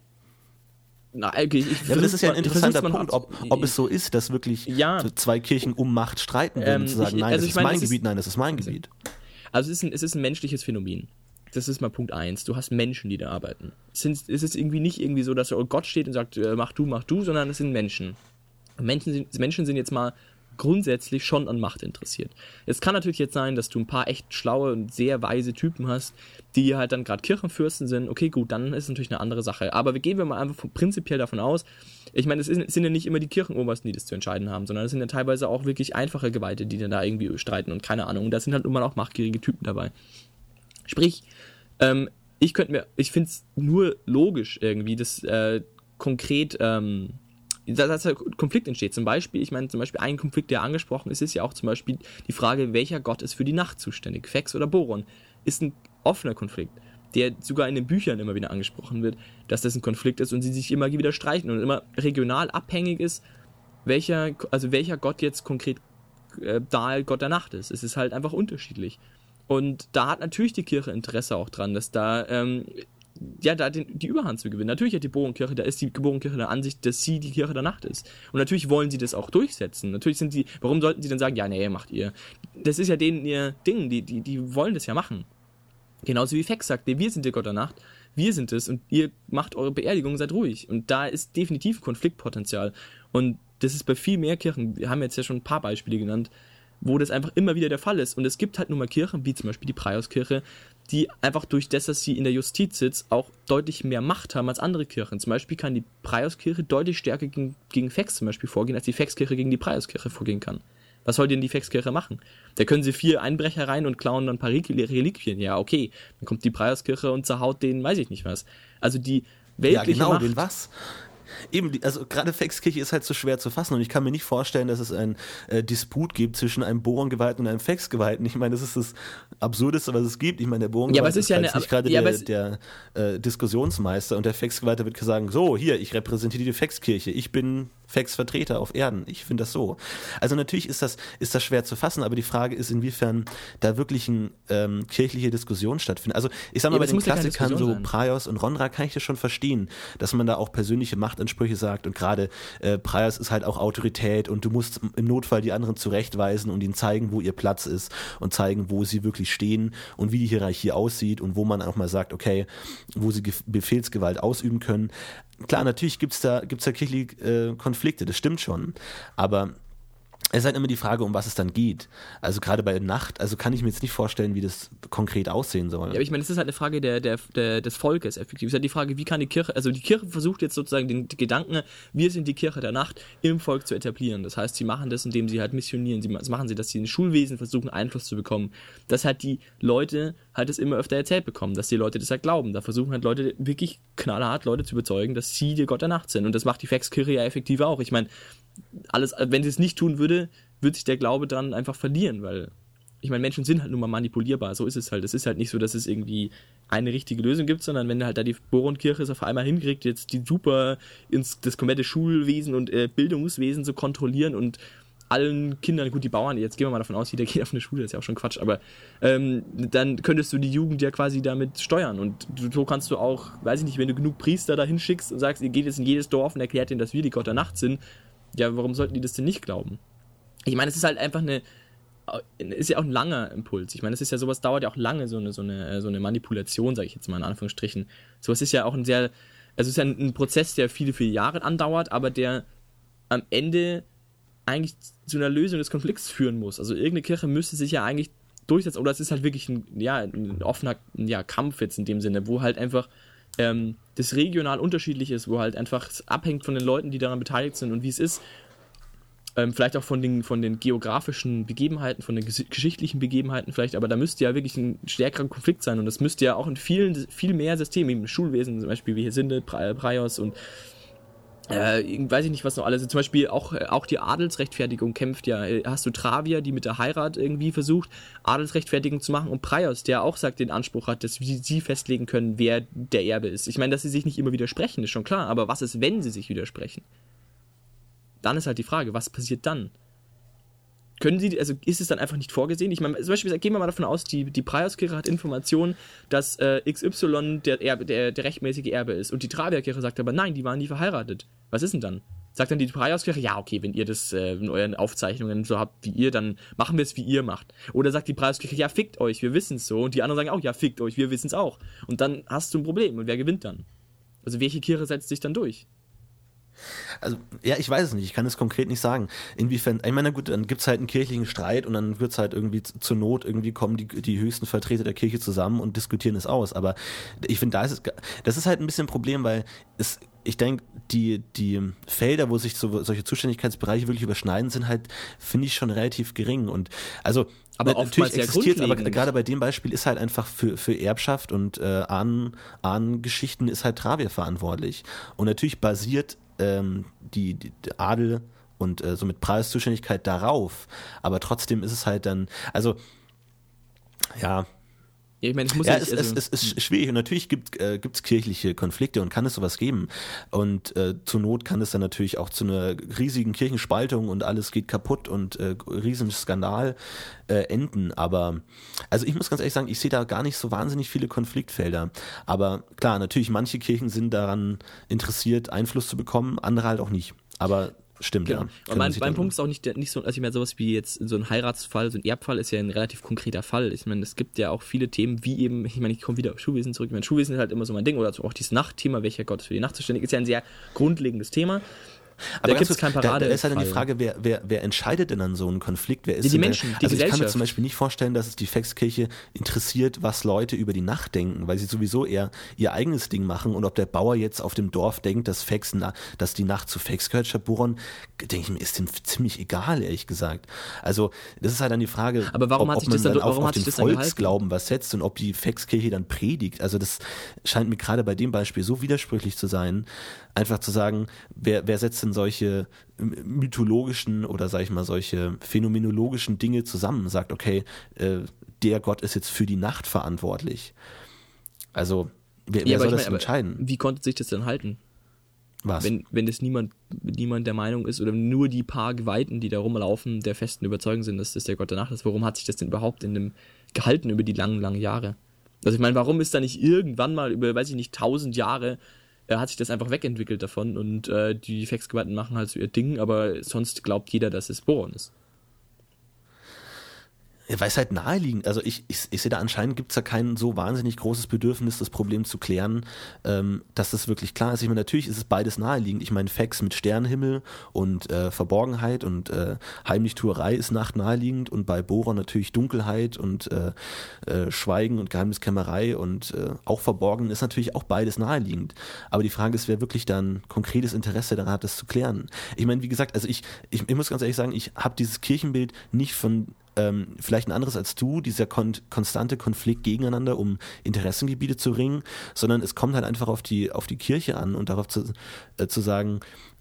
na, okay, ich ja, aber das ist ja ein interessanter Punkt, ob, ob es so ist, dass wirklich ja, so zwei Kirchen um Macht streiten würden, ähm, zu sagen, ich, nein, also das ist meine, mein das Gebiet, ist, nein, das ist mein Gebiet. Also es ist, ein, es ist ein menschliches Phänomen. Das ist mal Punkt eins. Du hast Menschen, die da arbeiten. Es, sind, es ist irgendwie nicht irgendwie so, dass Gott steht und sagt, mach du, mach du, sondern es sind Menschen. Menschen sind, Menschen sind jetzt mal grundsätzlich schon an Macht interessiert. Es kann natürlich jetzt sein, dass du ein paar echt schlaue und sehr weise Typen hast, die halt dann gerade Kirchenfürsten sind. Okay, gut, dann ist es natürlich eine andere Sache. Aber wir gehen wir mal einfach prinzipiell davon aus, ich meine, es sind ja nicht immer die Kirchenobersten, die das zu entscheiden haben, sondern es sind ja teilweise auch wirklich einfache Geweihte, die dann da irgendwie streiten und keine Ahnung. Und da sind halt immer auch machtgierige Typen dabei. Sprich, ähm, ich könnte mir, ich finde es nur logisch irgendwie, dass äh, konkret ähm, dass ein Konflikt entsteht. Zum Beispiel, ich meine, zum Beispiel ein Konflikt, der angesprochen ist, ist ja auch zum Beispiel die Frage, welcher Gott ist für die Nacht zuständig? Fex oder Boron? Ist ein offener Konflikt, der sogar in den Büchern immer wieder angesprochen wird, dass das ein Konflikt ist und sie sich immer wieder streiten und immer regional abhängig ist, welcher, also welcher Gott jetzt konkret äh, da Gott der Nacht ist. Es ist halt einfach unterschiedlich. Und da hat natürlich die Kirche Interesse auch dran, dass da ähm, ja, da den, die Überhand zu gewinnen. Natürlich hat die Borenkirche, da ist die Borenkirche der Ansicht, dass sie die Kirche der Nacht ist. Und natürlich wollen sie das auch durchsetzen. Natürlich sind sie, warum sollten sie dann sagen, ja, nee, macht ihr. Das ist ja denen ihr Ding, die, die, die wollen das ja machen. Genauso wie Fex sagt, nee, wir sind der Gott der Nacht, wir sind es und ihr macht eure Beerdigung, seid ruhig. Und da ist definitiv Konfliktpotenzial. Und das ist bei viel mehr Kirchen, wir haben jetzt ja schon ein paar Beispiele genannt, wo das einfach immer wieder der Fall ist. Und es gibt halt nun mal Kirchen, wie zum Beispiel die Priorskirche, die einfach durch das, dass sie in der Justiz sitzt, auch deutlich mehr Macht haben als andere Kirchen. Zum Beispiel kann die Priorskirche deutlich stärker gegen, gegen Fex zum Beispiel vorgehen, als die Fexkirche gegen die Priorskirche vorgehen kann. Was soll denn die Fexkirche machen? Da können sie vier Einbrecher rein und klauen dann ein paar Reliquien. Ja, okay. Dann kommt die Priorskirche und zerhaut denen, weiß ich nicht was. Also die weltliche ja, genau, Macht... den was? Eben, also gerade Fexkirche ist halt so schwer zu fassen und ich kann mir nicht vorstellen, dass es einen äh, Disput gibt zwischen einem Borengeweihten und einem Fexgeweihten. Ich meine, das ist das Absurdeste, was es gibt. Ich meine, der Borengeweihte ja, ist, ist ja nicht gerade ja, der, der äh, Diskussionsmeister und der Fexgeweihte wird sagen, so, hier, ich repräsentiere die Fexkirche, ich bin Fex-Vertreter auf Erden. Ich finde das so. Also natürlich ist das, ist das schwer zu fassen, aber die Frage ist, inwiefern da wirklich eine ähm, kirchliche Diskussion stattfindet. Also ich sag mal, ja, bei den Klassikern ja so Praios und Rondra kann ich das schon verstehen, dass man da auch persönliche Machtansprüche sagt und gerade äh, Praios ist halt auch Autorität und du musst im Notfall die anderen zurechtweisen und ihnen zeigen, wo ihr Platz ist und zeigen, wo sie wirklich stehen und wie die Hierarchie aussieht und wo man auch mal sagt, okay, wo sie Ge- Befehlsgewalt ausüben können. Klar, natürlich gibt's da, gibt's da kirchliche äh, Konflikte, das stimmt schon, aber es ist halt immer die Frage, um was es dann geht. Also gerade bei Nacht, also kann ich mir jetzt nicht vorstellen, wie das konkret aussehen soll. Ja, aber ich meine, das ist halt eine Frage der, der, der, des Volkes, effektiv. Es ist halt die Frage, wie kann die Kirche, also die Kirche versucht jetzt sozusagen den, den Gedanken, wir sind die Kirche der Nacht, im Volk zu etablieren. Das heißt, sie machen das, indem sie halt missionieren. Sie das machen sie, dass sie in Schulwesen versuchen, Einfluss zu bekommen. Dass halt die Leute halt das immer öfter erzählt bekommen, dass die Leute das halt glauben. Da versuchen halt Leute wirklich knallhart Leute zu überzeugen, dass sie der Gott der Nacht sind. Und das macht die Fexkirche ja effektiv auch. Ich meine, alles, wenn sie es nicht tun würde, würde sich der Glaube dann einfach verlieren, weil ich meine, Menschen sind halt nun mal manipulierbar, so ist es halt. Es ist halt nicht so, dass es irgendwie eine richtige Lösung gibt, sondern wenn halt da die Boron-Kirche es auf einmal hinkriegt, jetzt die super ins das komplette Schulwesen und äh, Bildungswesen zu kontrollieren und allen Kindern, gut, die Bauern, jetzt gehen wir mal davon aus, jeder geht auf eine Schule, das ist ja auch schon Quatsch, aber ähm, dann könntest du die Jugend ja quasi damit steuern und du, so kannst du auch, weiß ich nicht, wenn du genug Priester dahin schickst und sagst, ihr geht jetzt in jedes Dorf und erklärt denen, dass wir die Gott der Nacht sind, ja, warum sollten die das denn nicht glauben? Ich meine, es ist halt einfach eine ist ja auch ein langer Impuls. Ich meine, das ist ja sowas, dauert ja auch lange, so eine, so eine, so eine Manipulation, sage ich jetzt mal in Anführungsstrichen. Sowas ist ja auch ein sehr, also es ist ja ein, ein Prozess, der viele, viele Jahre andauert, aber der am Ende eigentlich zu einer Lösung des Konflikts führen muss. Also irgendeine Kirche müsste sich ja eigentlich durchsetzen, oder es ist halt wirklich ein, ja, ein offener ja, Kampf jetzt in dem Sinne, wo halt einfach ähm, das regional unterschiedlich ist, wo halt einfach es abhängt von den Leuten, die daran beteiligt sind und wie es ist. Ähm, vielleicht auch von den, von den geografischen Begebenheiten, von den ges- geschichtlichen Begebenheiten vielleicht, aber da müsste ja wirklich ein stärkerer Konflikt sein und das müsste ja auch in vielen, viel mehr Systemen, im Schulwesen zum Beispiel, wie hier Sinde, Praios und äh, weiß ich nicht, was noch alles, zum Beispiel auch, auch die Adelsrechtfertigung kämpft ja, hast du Travia, die mit der Heirat irgendwie versucht, Adelsrechtfertigung zu machen und Praios, der auch sagt, den Anspruch hat, dass sie festlegen können, wer der Erbe ist. Ich meine, dass sie sich nicht immer widersprechen, ist schon klar, aber was ist, wenn sie sich widersprechen? Dann ist halt die Frage, was passiert dann? Können sie, also ist es dann einfach nicht vorgesehen? Ich meine, zum Beispiel, gehen wir mal davon aus, die, die Praios-Kirche hat Informationen, dass äh, X Y der, Erbe, der, der rechtmäßige Erbe ist. Und die Travia-Kirche sagt aber, nein, die waren nie verheiratet. Was ist denn dann? Sagt dann die Praios-Kirche, ja, okay, wenn ihr das äh, in euren Aufzeichnungen so habt wie ihr, dann machen wir es, wie ihr macht. Oder sagt die Praios-Kirche, ja, fickt euch, wir wissen es so. Und die anderen sagen auch, ja, fickt euch, wir wissen es auch. Und dann hast du ein Problem. Und wer gewinnt dann? Also welche Kirche setzt sich dann durch? Also, ja, ich weiß es nicht, ich kann es konkret nicht sagen. Inwiefern, ich meine, gut, dann gibt es halt einen kirchlichen Streit und dann wird es halt irgendwie zur Not, irgendwie kommen die, die höchsten Vertreter der Kirche zusammen und diskutieren es aus. Aber ich finde, da ist es, das ist halt ein bisschen ein Problem, weil es, ich denke, die, die Felder, wo sich so, solche Zuständigkeitsbereiche wirklich überschneiden, sind halt, finde ich, schon relativ gering. Und also, aber natürlich existiert es, aber gerade bei dem Beispiel ist halt einfach für, für Erbschaft und äh, Ahnen, Ahnengeschichten ist halt Travia verantwortlich. Und natürlich basiert ähm, die, die Adel und äh, somit Preiszuständigkeit darauf. Aber trotzdem ist es halt dann, also ja, Ja, ich meine, es muss ja, ja es, nicht, also, es, es ist schwierig und natürlich gibt es äh, kirchliche Konflikte und kann es sowas geben und äh, zur Not kann es dann natürlich auch zu einer riesigen Kirchenspaltung und alles geht kaputt und äh, riesen Skandal äh, enden, aber also ich muss ganz ehrlich sagen, ich sehe da gar nicht so wahnsinnig viele Konfliktfelder, aber klar, natürlich manche Kirchen sind daran interessiert, Einfluss zu bekommen, andere halt auch nicht, aber stimmt, genau. Ja. Und mein, mein Punkt ist auch nicht, nicht so, also ich meine, sowas wie jetzt so ein Heiratsfall, so ein Erbfall ist ja ein relativ konkreter Fall. Ich meine, es gibt ja auch viele Themen, wie eben, ich meine, ich komme wieder auf Schulwesen zurück. Ich meine, Schulwesen ist halt immer so mein Ding, oder auch dieses Nachtthema, welcher Gott ist für die Nacht zuständig, ist ja ein sehr grundlegendes Thema. Aber da gibt es kein Parade. Da, da ist halt dann die Frage, wer, wer, wer entscheidet denn an so einem Konflikt? Wer ist die, die denn Menschen, der, die also Gesellschaft. Ich kann mir zum Beispiel nicht vorstellen, dass es die Faxkirche interessiert, was Leute über die Nacht denken, weil sie sowieso eher ihr eigenes Ding machen und ob der Bauer jetzt auf dem Dorf denkt, dass Fax, dass die Nacht zu Fax gehört, statt Boron, denke ich mir, ist dem ziemlich egal, ehrlich gesagt. Also das ist halt dann die Frage, aber warum ob, hat sich ob man das dann, dann auf, warum auf hat den sich das Volksglauben was setzt und ob die Faxkirche dann predigt. Also das scheint mir gerade bei dem Beispiel so widersprüchlich zu sein, einfach zu sagen, wer, wer setzt denn solche mythologischen oder sag ich mal solche phänomenologischen Dinge zusammen, sagt, okay, äh, der Gott ist jetzt für die Nacht verantwortlich. Also, wer, ja, wer soll ich das mein, entscheiden? Wie konnte sich das denn halten? Was? Wenn, wenn das niemand, niemand der Meinung ist oder nur die paar Geweihten, die da rumlaufen, der festen Überzeugung sind, dass das der Gott der Nacht ist, warum hat sich das denn überhaupt in dem gehalten über die langen, langen Jahre? Also ich meine, warum ist da nicht irgendwann mal über, weiß ich nicht, tausend Jahre Er hat sich das einfach wegentwickelt davon und äh, die Faxgeweihten machen halt so ihr Ding, aber sonst glaubt jeder, dass es Boron ist. Ja, weil es halt naheliegend, also ich, ich, ich sehe da anscheinend gibt es da kein so wahnsinnig großes Bedürfnis, das Problem zu klären, ähm, dass das wirklich klar ist. Ich meine, natürlich ist es beides naheliegend. Ich meine, Fax mit Sternenhimmel und äh, Verborgenheit und äh, Heimlichtuerei ist Nacht naheliegend und bei Boron natürlich Dunkelheit und äh, äh, Schweigen und Geheimniskämmerei und äh, auch Verborgen ist natürlich auch beides naheliegend. Aber die Frage ist, wer wirklich dann konkretes Interesse daran hat, das zu klären. Ich meine, wie gesagt, also ich, ich, ich muss ganz ehrlich sagen, ich habe dieses Kirchenbild nicht von Ähm, vielleicht ein anderes als du, dieser kon- konstante Konflikt gegeneinander, um Interessengebiete zu ringen, sondern es kommt halt einfach auf die, auf die Kirche an und darauf zu, äh, zu sagen,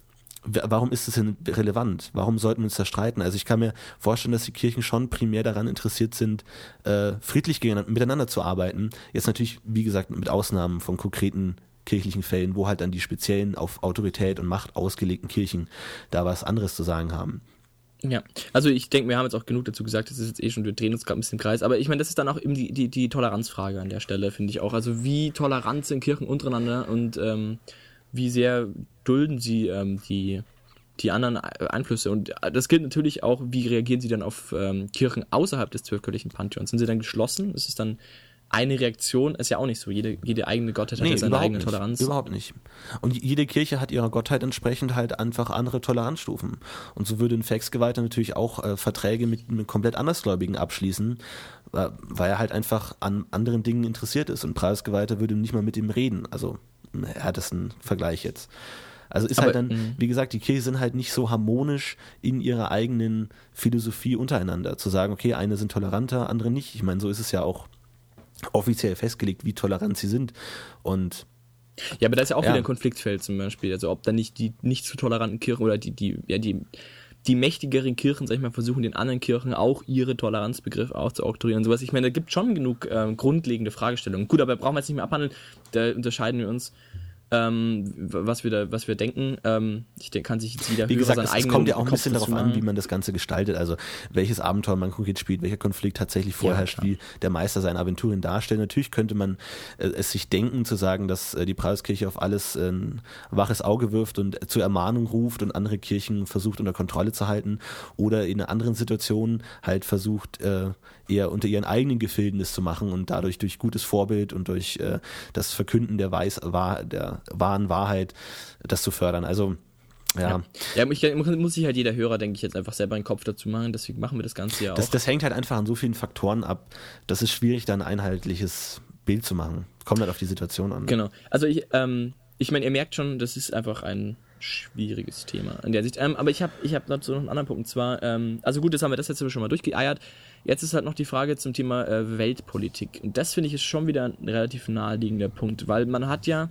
warum ist das denn relevant? Warum sollten wir uns da streiten? Also ich kann mir vorstellen, dass die Kirchen schon primär daran interessiert sind, äh, friedlich miteinander zu arbeiten. Jetzt natürlich, wie gesagt, mit Ausnahmen von konkreten kirchlichen Fällen, wo halt dann die speziellen auf Autorität und Macht ausgelegten Kirchen da was anderes zu sagen haben. Ja, also ich denke, wir haben jetzt auch genug dazu gesagt, das ist jetzt eh schon, wir drehen uns gerade ein bisschen im Kreis, aber ich meine, das ist dann auch eben die, die, die Toleranzfrage an der Stelle, finde ich auch. Also wie tolerant sind Kirchen untereinander und ähm, wie sehr dulden sie ähm, die, die anderen Einflüsse, und das gilt natürlich auch, wie reagieren sie dann auf ähm, Kirchen außerhalb des zwölfkirchlichen Pantheons? Sind sie dann geschlossen? Ist es dann eine Reaktion? Ist ja auch nicht so, jede, jede eigene Gottheit hat nee, ja seine eigene nicht, Toleranz. Überhaupt nicht. Und jede Kirche hat ihrer Gottheit entsprechend halt einfach andere Toleranzstufen. Und so würde ein Faxgeweihter natürlich auch äh, Verträge mit, mit komplett Andersgläubigen abschließen, äh, weil er halt einfach an anderen Dingen interessiert ist. Und ein Preisgeweihter würde nicht mal mit ihm reden. Also er hat das einen Vergleich jetzt. Also ist Aber, halt dann, mh. wie gesagt, die Kirche sind halt nicht so harmonisch in ihrer eigenen Philosophie untereinander. Zu sagen, okay, eine sind toleranter, andere nicht. Ich meine, so ist es ja auch offiziell festgelegt, wie tolerant sie sind. Und ja, aber da ist ja auch ja. wieder ein Konfliktfeld zum Beispiel. Also ob dann nicht die nicht zu toleranten Kirchen oder die, die, ja, die, die mächtigeren Kirchen, sag ich mal, versuchen den anderen Kirchen auch ihre Toleranzbegriff auch zu oktroyieren und sowas. Ich meine, da gibt es schon genug ähm, grundlegende Fragestellungen. Gut, aber brauchen wir jetzt nicht mehr abhandeln. Da unterscheiden wir uns, ähm, was wir da, was wir denken. Ähm, ich denke, kann sich jetzt jeder wie gesagt, es, es kommt ja auch ein Kopf bisschen darauf machen. an, wie man das Ganze gestaltet. Also welches Abenteuer man konkret spielt, welcher Konflikt tatsächlich vorherrscht, Ja, wie der Meister seine Aventurien darstellt. Natürlich könnte man äh, es sich denken, zu sagen, dass äh, die Preiskirche auf alles äh, ein waches Auge wirft und äh, zur Ermahnung ruft und andere Kirchen versucht unter Kontrolle zu halten, oder in einer anderen Situation halt versucht, äh, eher unter ihren eigenen Gefilden es zu machen und dadurch durch gutes Vorbild und durch äh, das Verkünden der, Weiß, wahr, der wahren Wahrheit das zu fördern. Also ja. Ja, ich, muss sich halt jeder Hörer, denke ich, jetzt einfach selber einen Kopf dazu machen, deswegen machen wir das Ganze ja auch. Das, das hängt halt einfach an so vielen Faktoren ab, das ist schwierig, da ein einheitliches Bild zu machen. Kommt halt auf die Situation an. Genau. Also ich, ähm, ich meine, ihr merkt schon, das ist einfach ein schwieriges Thema in der Sicht. Ähm, aber ich habe ich hab noch so einen anderen Punkt, und zwar, ähm, also gut, das haben wir das jetzt schon mal durchgeeiert. Jetzt ist halt noch die Frage zum Thema äh, Weltpolitik. Und das finde ich ist schon wieder ein relativ naheliegender Punkt, weil man hat ja,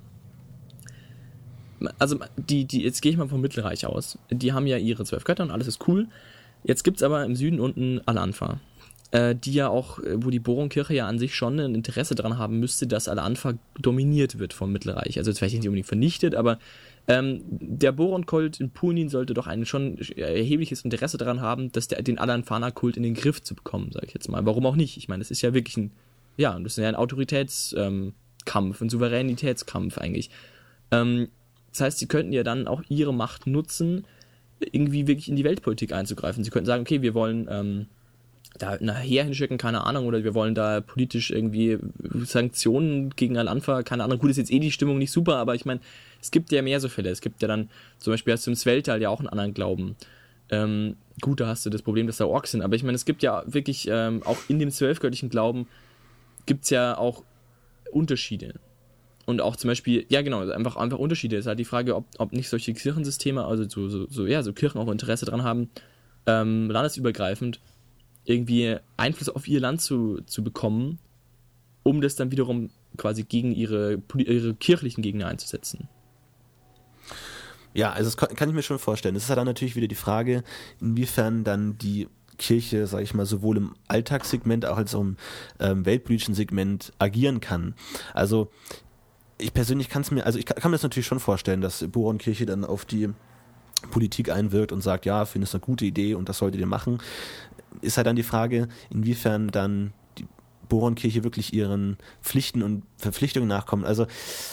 also die, die, jetzt gehe ich mal vom Mittelreich aus. Die haben ja ihre zwölf Götter und alles ist cool. Jetzt gibt es aber im Süden unten Al-Anfa, äh, die ja auch, wo die Boron-Kirche ja an sich schon ein Interesse daran haben müsste, dass Al-Anfa dominiert wird vom Mittelreich. Also jetzt vielleicht nicht unbedingt vernichtet, aber ähm, der Boron-Kult in Punin sollte doch ein schon erhebliches Interesse daran haben, dass der, den Al-Anfana-Kult in den Griff zu bekommen, sage ich jetzt mal. Warum auch nicht? Ich meine, das ist ja wirklich ein, ja, das ist ja ein Autoritätskampf, ähm, ein Souveränitätskampf eigentlich. Ähm, Das heißt, sie könnten ja dann auch ihre Macht nutzen, irgendwie wirklich in die Weltpolitik einzugreifen. Sie könnten sagen, okay, wir wollen ähm, da nachher hinschicken, keine Ahnung, oder wir wollen da politisch irgendwie Sanktionen gegen Al-Anfa, keine Ahnung. Gut, ist jetzt eh die Stimmung nicht super, aber ich meine, es gibt ja mehr so Fälle. Es gibt ja dann, zum Beispiel hast du im Sveltal ja auch einen anderen Glauben. Ähm, gut, da hast du das Problem, dass da Orks sind, aber ich meine, es gibt ja wirklich, ähm, auch in dem zwölfgöttlichen Glauben gibt es ja auch Unterschiede. Und auch zum Beispiel, ja genau, einfach, einfach Unterschiede. Es ist halt die Frage, ob, ob nicht solche Kirchensysteme, also so, so, so, ja, so Kirchen auch Interesse daran haben, ähm, landesübergreifend irgendwie Einfluss auf ihr Land zu, zu bekommen, um das dann wiederum quasi gegen ihre, ihre kirchlichen Gegner einzusetzen. Ja, also das kann ich mir schon vorstellen. Das ist ja dann natürlich wieder die Frage, inwiefern dann die Kirche, sage ich mal, sowohl im Alltagssegment als auch im ähm, weltpolitischen Segment agieren kann. Also ich persönlich kann es mir, also ich kann, kann mir das natürlich schon vorstellen, dass Boron-Kirche dann auf die Politik einwirkt und sagt, ja, finde es eine gute Idee und das solltet ihr machen. Ist halt dann die Frage, inwiefern dann die Boron-Kirche wirklich ihren Pflichten und Verpflichtungen nachkommt. Also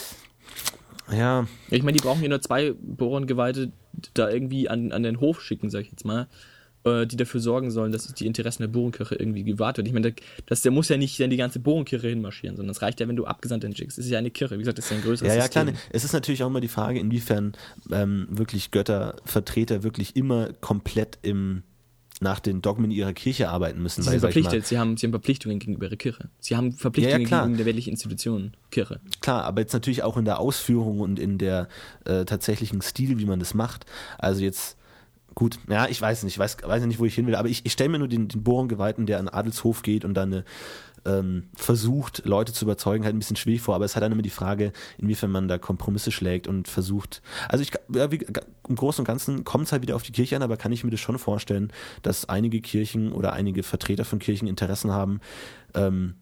ja. Ich meine, die brauchen ja nur zwei Boron-Geweihte da irgendwie an, an den Hof schicken, sag ich jetzt mal, äh, die dafür sorgen sollen, dass die Interessen der Boron-Kirche irgendwie gewahrt werden. Ich meine, das, der muss ja nicht dann die ganze Boron-Kirche hinmarschieren, sondern es reicht ja, wenn du Abgesandte hinschickst. Es ist ja eine Kirche, wie gesagt, das ist ja ein größeres Ja, ja, System. klar. Es ist natürlich auch immer die Frage, inwiefern ähm, wirklich Göttervertreter wirklich immer komplett im nach den Dogmen ihrer Kirche arbeiten müssen. Sie weil, sind verpflichtet, mal, sie, haben, sie haben Verpflichtungen gegenüber ihrer Kirche. Sie haben Verpflichtungen ja, ja, gegenüber der weltlichen Institution, Kirche. Klar, aber jetzt natürlich auch in der Ausführung und in der äh, tatsächlichen Stil, wie man das macht. Also jetzt gut, ja, ich weiß nicht, ich weiß, weiß nicht, wo ich hin will, aber ich, ich stelle mir nur den, den Bohrengeweihten, der an den Adelshof geht und dann eine, ähm, versucht, Leute zu überzeugen, halt ein bisschen schwierig vor, aber es hat dann immer die Frage, inwiefern man da Kompromisse schlägt und versucht, also ich, ja, wie, im Großen und Ganzen kommt es halt wieder auf die Kirche an, aber kann ich mir das schon vorstellen, dass einige Kirchen oder einige Vertreter von Kirchen Interessen haben, ähm,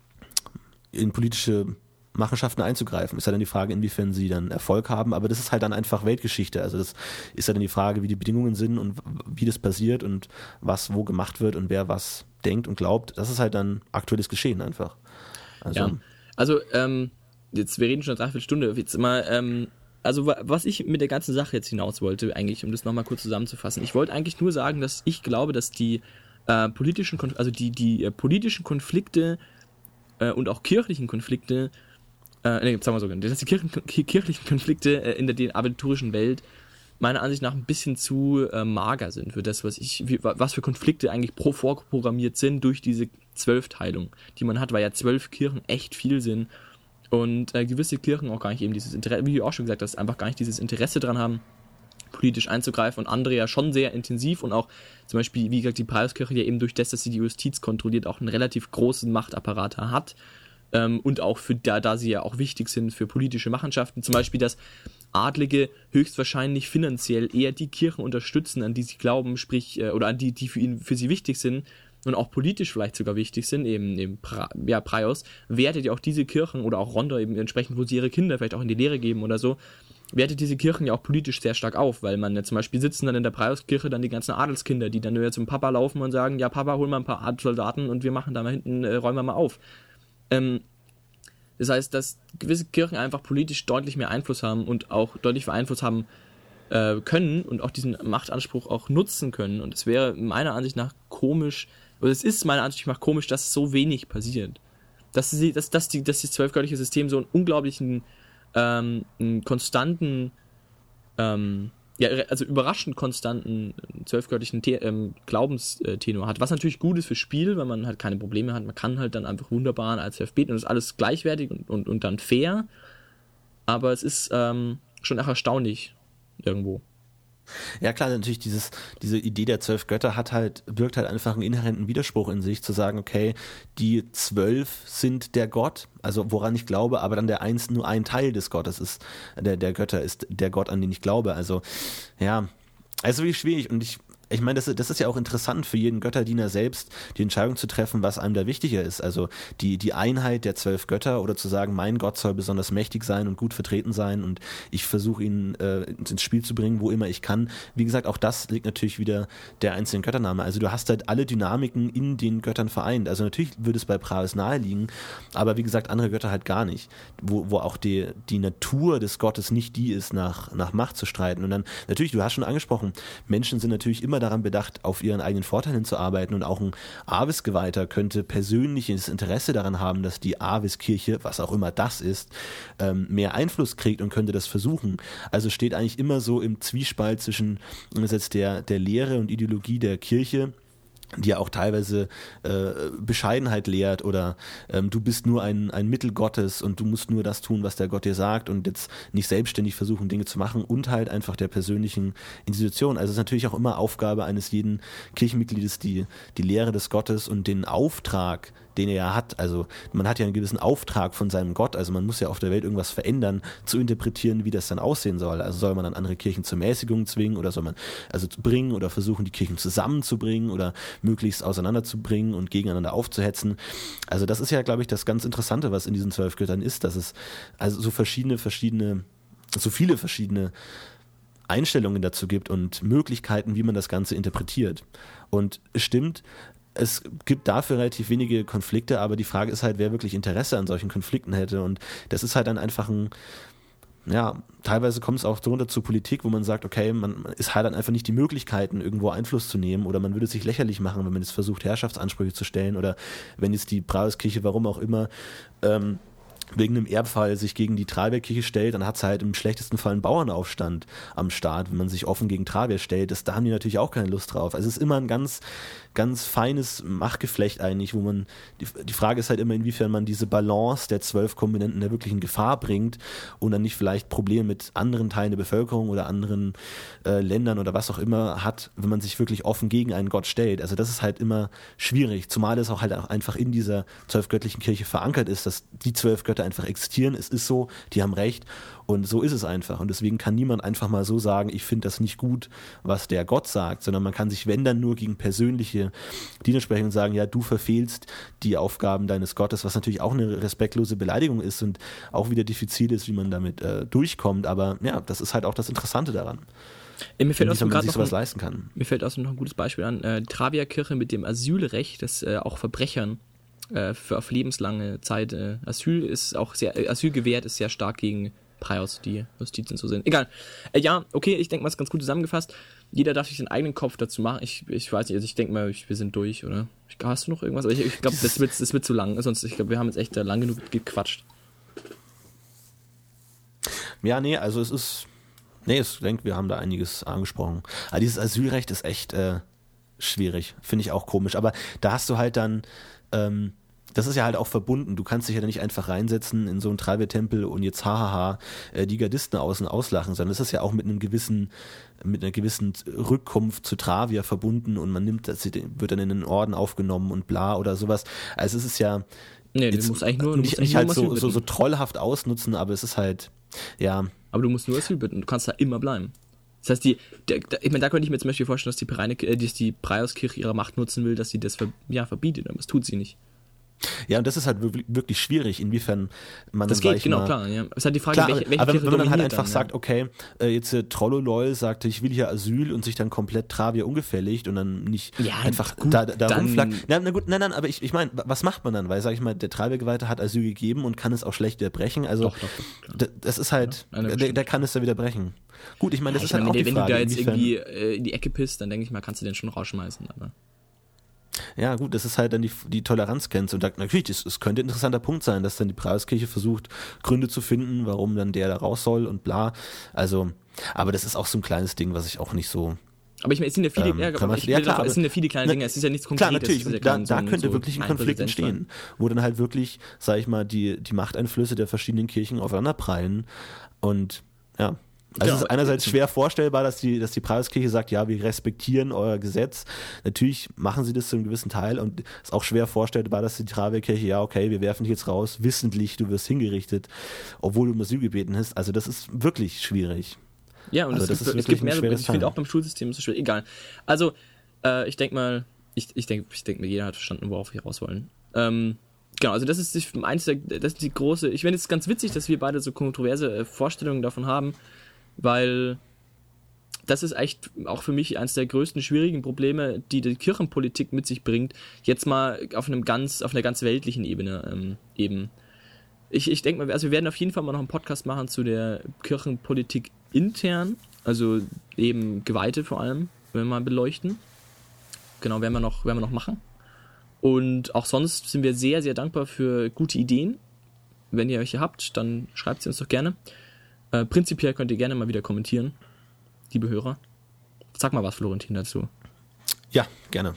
in politische Machenschaften einzugreifen. Ist ja dann die Frage, inwiefern sie dann Erfolg haben, aber das ist halt dann einfach Weltgeschichte. Also das ist ja dann die Frage, wie die Bedingungen sind und wie das passiert und was wo gemacht wird und wer was denkt und glaubt. Das ist halt dann aktuelles Geschehen einfach. Also, ja, also ähm, jetzt, wir reden schon eine Dreiviertelstunde, jetzt mal, ähm, also was ich mit der ganzen Sache jetzt hinaus wollte, eigentlich, um das nochmal kurz zusammenzufassen, ich wollte eigentlich nur sagen, dass ich glaube, dass die äh, politischen, also die, die äh, politischen Konflikte äh, und auch kirchlichen Konflikte Äh, nee, sagen wir so, dass die Kirchen, kirchlichen Konflikte äh, in der, der aventurischen Welt meiner Ansicht nach ein bisschen zu äh, mager sind für das, was ich, wie, was für Konflikte eigentlich pro vorprogrammiert sind durch diese Zwölfteilung, die man hat, weil ja zwölf Kirchen echt viel sind und äh, gewisse Kirchen auch gar nicht eben dieses Interesse, wie du auch schon gesagt hast, einfach gar nicht dieses Interesse dran haben, politisch einzugreifen und andere ja schon sehr intensiv und auch zum Beispiel, wie gesagt, die Piuskirche ja eben durch das, dass sie die Justiz kontrolliert, auch einen relativ großen Machtapparat hat. Ähm, und auch für da, da sie ja auch wichtig sind für politische Machenschaften, zum Beispiel, dass Adlige höchstwahrscheinlich finanziell eher die Kirchen unterstützen, an die sie glauben, sprich, äh, oder an die, die für ihn, für sie wichtig sind und auch politisch vielleicht sogar wichtig sind, eben, eben pra, ja, Praios, wertet ja auch diese Kirchen oder auch Ronda eben entsprechend, wo sie ihre Kinder vielleicht auch in die Lehre geben oder so, wertet diese Kirchen ja auch politisch sehr stark auf, weil man ja zum Beispiel sitzen dann in der Praiuskirche dann die ganzen Adelskinder, die dann nur zum Papa laufen und sagen, ja Papa, hol mal ein paar Soldaten und wir machen da mal hinten, äh, räumen wir mal auf. Ähm, das heißt, dass gewisse Kirchen einfach politisch deutlich mehr Einfluss haben und auch deutlich mehr Einfluss haben äh, können und auch diesen Machtanspruch auch nutzen können. Und es wäre meiner Ansicht nach komisch, oder es ist meiner Ansicht nach komisch, dass so wenig passiert. Dass, sie, dass, dass, die, dass das zwölfgöttliche System so einen unglaublichen, ähm, einen konstanten, ähm, ja, also überraschend konstanten zwölfgöttlichen The- ähm, Glaubenstenor hat, was natürlich gut ist fürs Spiel, weil man halt keine Probleme hat, man kann halt dann einfach wunderbar als zwölf beten und das ist alles gleichwertig und, und, und dann fair, aber es ist ähm, schon auch erstaunlich irgendwo. Ja klar, natürlich dieses, diese Idee der zwölf Götter hat halt, birgt halt einfach einen inhärenten Widerspruch in sich, zu sagen, okay, die zwölf sind der Gott, also woran ich glaube, aber dann der eins nur ein Teil des Gottes ist, der, der Götter ist der Gott, an den ich glaube. Also ja, also wirklich schwierig und ich Ich meine, das, das ist ja auch interessant für jeden Götterdiener selbst, die Entscheidung zu treffen, was einem da wichtiger ist. Also die, die Einheit der zwölf Götter oder zu sagen, mein Gott soll besonders mächtig sein und gut vertreten sein und ich versuche ihn äh, ins Spiel zu bringen, wo immer ich kann. Wie gesagt, auch das liegt natürlich wieder der einzelnen Göttername. Also du hast halt alle Dynamiken in den Göttern vereint. Also natürlich würde es bei Praes nahe liegen, aber wie gesagt, andere Götter halt gar nicht. Wo, wo auch die, die Natur des Gottes nicht die ist, nach, nach Macht zu streiten. Und dann natürlich, du hast schon angesprochen, Menschen sind natürlich immer daran bedacht, auf ihren eigenen Vorteil hinzuarbeiten und auch ein Avis-Geweihter könnte persönliches Interesse daran haben, dass die Avis-Kirche, was auch immer das ist, mehr Einfluss kriegt und könnte das versuchen. Also steht eigentlich immer so im Zwiespalt zwischen der, der Lehre und Ideologie der Kirche, die ja auch teilweise äh, Bescheidenheit lehrt oder ähm, du bist nur ein, ein Mittel Gottes und du musst nur das tun, was der Gott dir sagt und jetzt nicht selbstständig versuchen, Dinge zu machen und halt einfach der persönlichen Institution. Also es ist natürlich auch immer Aufgabe eines jeden Kirchenmitgliedes, die, die Lehre des Gottes und den Auftrag, den er ja hat. Also man hat ja einen gewissen Auftrag von seinem Gott, also man muss ja auf der Welt irgendwas verändern, zu interpretieren, wie das dann aussehen soll. Also soll man dann andere Kirchen zur Mäßigung zwingen oder soll man also bringen oder versuchen, die Kirchen zusammenzubringen oder möglichst auseinanderzubringen und gegeneinander aufzuhetzen. Also das ist ja, glaube ich, das ganz Interessante, was in diesen zwölf Göttern ist, dass es also so verschiedene, verschiedene, so viele verschiedene Einstellungen dazu gibt und Möglichkeiten, wie man das Ganze interpretiert. Und es stimmt, es gibt dafür relativ wenige Konflikte, aber die Frage ist halt, wer wirklich Interesse an solchen Konflikten hätte und das ist halt dann einfach ein, ja, teilweise kommt es auch darunter zur Politik, wo man sagt, okay, man ist halt dann einfach nicht die Möglichkeiten, irgendwo Einfluss zu nehmen oder man würde sich lächerlich machen, wenn man jetzt versucht, Herrschaftsansprüche zu stellen oder wenn jetzt die Praiuskirche, warum auch immer, ähm, wegen einem Erbfall sich gegen die Trabia-Kirche stellt, dann hat es halt im schlechtesten Fall einen Bauernaufstand am Start, wenn man sich offen gegen Trabia stellt. Das, da haben die natürlich auch keine Lust drauf. Also es ist immer ein ganz, ganz feines Machtgeflecht eigentlich, wo man, die, die Frage ist halt immer, inwiefern man diese Balance der zwölf Komponenten da wirklich in Gefahr bringt und dann nicht vielleicht Probleme mit anderen Teilen der Bevölkerung oder anderen äh, Ländern oder was auch immer hat, wenn man sich wirklich offen gegen einen Gott stellt. Also das ist halt immer schwierig, zumal es auch halt auch einfach in dieser zwölfgöttlichen Kirche verankert ist, dass die zwölf Götter einfach existieren. Es ist so, die haben recht und so ist es einfach. Und deswegen kann niemand einfach mal so sagen, ich finde das nicht gut, was der Gott sagt, sondern man kann sich, wenn dann, nur gegen persönliche Diener sprechen und sagen, ja, du verfehlst die Aufgaben deines Gottes, was natürlich auch eine respektlose Beleidigung ist und auch wieder diffizil ist, wie man damit äh, durchkommt. Aber ja, das ist halt auch das Interessante daran. Äh, mir fällt auch man sich sowas ein, leisten kann. Mir fällt auch noch ein gutes Beispiel an. Äh, die Trabia-Kirche mit dem Asylrecht, das äh, auch Verbrechern für auf lebenslange Zeit äh, Asyl ist auch sehr äh, Asyl gewährt ist sehr stark gegen Preios, die Justizen zu sehen. Egal. Äh, ja, okay, ich denke mal, es ist ganz gut zusammengefasst. Jeder darf sich seinen eigenen Kopf dazu machen. Ich, ich weiß nicht, also ich denke mal, ich, wir sind durch, oder? Hast du noch irgendwas? Ich, ich glaube, das wird, das wird zu lang. Sonst, ich glaube, wir haben jetzt echt lang genug gequatscht. Ja, nee, also es ist, nee, ich denke, wir haben da einiges angesprochen. Aber dieses Asylrecht ist echt äh, schwierig. Finde ich auch komisch. Aber da hast du halt dann ähm, das ist ja halt auch verbunden. Du kannst dich ja nicht einfach reinsetzen in so einen Trabia-Tempel und jetzt hahaha äh, die Gardisten außen auslachen, sondern das ist ja auch mit einem gewissen, mit einer gewissen Rückkunft zu Trabia verbunden und man nimmt das, wird dann in den Orden aufgenommen und bla oder sowas. Also es ist ja nee, du musst eigentlich nur, du nicht, musst nicht eigentlich halt nur so, so, so trollhaft ausnutzen, aber es ist halt, ja. Aber du musst nur Asyl bitten, du kannst da immer bleiben. Das heißt, die, der, der, ich meine, da könnte ich mir zum Beispiel vorstellen, dass die, Pereine, äh, dass die Preios-Kirche ihre Macht nutzen will, dass sie das ver, ja, verbietet, aber das tut sie nicht. Ja, und das ist halt wirklich schwierig, inwiefern man das dann, geht, genau, mal, klar. Ja. Es ist halt die Frage, klar, welche, welche aber Kirche wenn man dann halt einfach dann, sagt, ja. okay, äh, jetzt äh, Trollolol sagt, ich will hier Asyl und sich dann komplett Trabia ungefälligt und dann nicht ja, einfach gut, da, da dann, rumflackt. Na, na gut, nein, nein, aber ich, ich meine, was macht man dann? Weil, sag ich mal, der Trabia-Geweihte hat Asyl gegeben und kann es auch schlecht widerbrechen. Also doch, doch, doch, d- das ist halt, ja, der, der kann es da widerbrechen. Gut, ich meine, das ja, ist ich halt meine, auch wenn die die, Frage. Wenn du da jetzt inwiefern, irgendwie äh, in die Ecke pisst, dann denke ich mal, kannst du den schon rausschmeißen. Aber ja, gut, das ist halt dann die, die Toleranzgrenze. Und da, natürlich, es, es könnte ein interessanter Punkt sein, dass dann die Preiskirche versucht, Gründe zu finden, warum dann der da raus soll und bla. Also, aber das ist auch so ein kleines Ding, was ich auch nicht so. Aber ich meine, es sind ja viele, ähm, ja, man, ich ja, klar, davon, es sind ja viele kleine na, Dinge, es ist ja nichts Konkretes. Klar, natürlich, ja da, kein, da so könnte so wirklich ein Konflikt entstehen, wo dann halt wirklich, sag ich mal, die, die Machteinflüsse der verschiedenen Kirchen aufeinander prallen und ja. Also genau, es ist einerseits schwer vorstellbar, dass die, dass die Preiskirche sagt, ja, wir respektieren euer Gesetz. Natürlich machen sie das zu einem gewissen Teil und es ist auch schwer vorstellbar, dass die Trabia-Kirche, ja, okay, wir werfen dich jetzt raus, wissentlich, du wirst hingerichtet, obwohl du um Asyl gebeten hast. Also das ist wirklich schwierig. Ja, und also es, das gibt, ist es gibt mehr, schweres ich finde auch beim Schulsystem ist es schwierig. Egal. Also, äh, ich denke mal, ich, ich denke, ich denke, jeder hat verstanden, worauf wir raus wollen. Ähm, Genau, also das ist eins der, das ist die große, ich finde es ganz witzig, dass wir beide so kontroverse äh, Vorstellungen davon haben, weil das ist echt auch für mich eines der größten schwierigen Probleme, die die Kirchenpolitik mit sich bringt, jetzt mal auf einem ganz, auf einer ganz weltlichen Ebene ähm, eben. Ich, ich denke mal, also wir werden auf jeden Fall mal noch einen Podcast machen zu der Kirchenpolitik intern, also eben Geweihte vor allem, wenn wir mal beleuchten. Genau, werden wir noch, werden wir noch machen. Und auch sonst sind wir sehr, sehr dankbar für gute Ideen. Wenn ihr welche habt, dann schreibt sie uns doch gerne. Äh, prinzipiell könnt ihr gerne mal wieder kommentieren, liebe Hörer. Sag mal was, Florentin, dazu. Ja, gerne.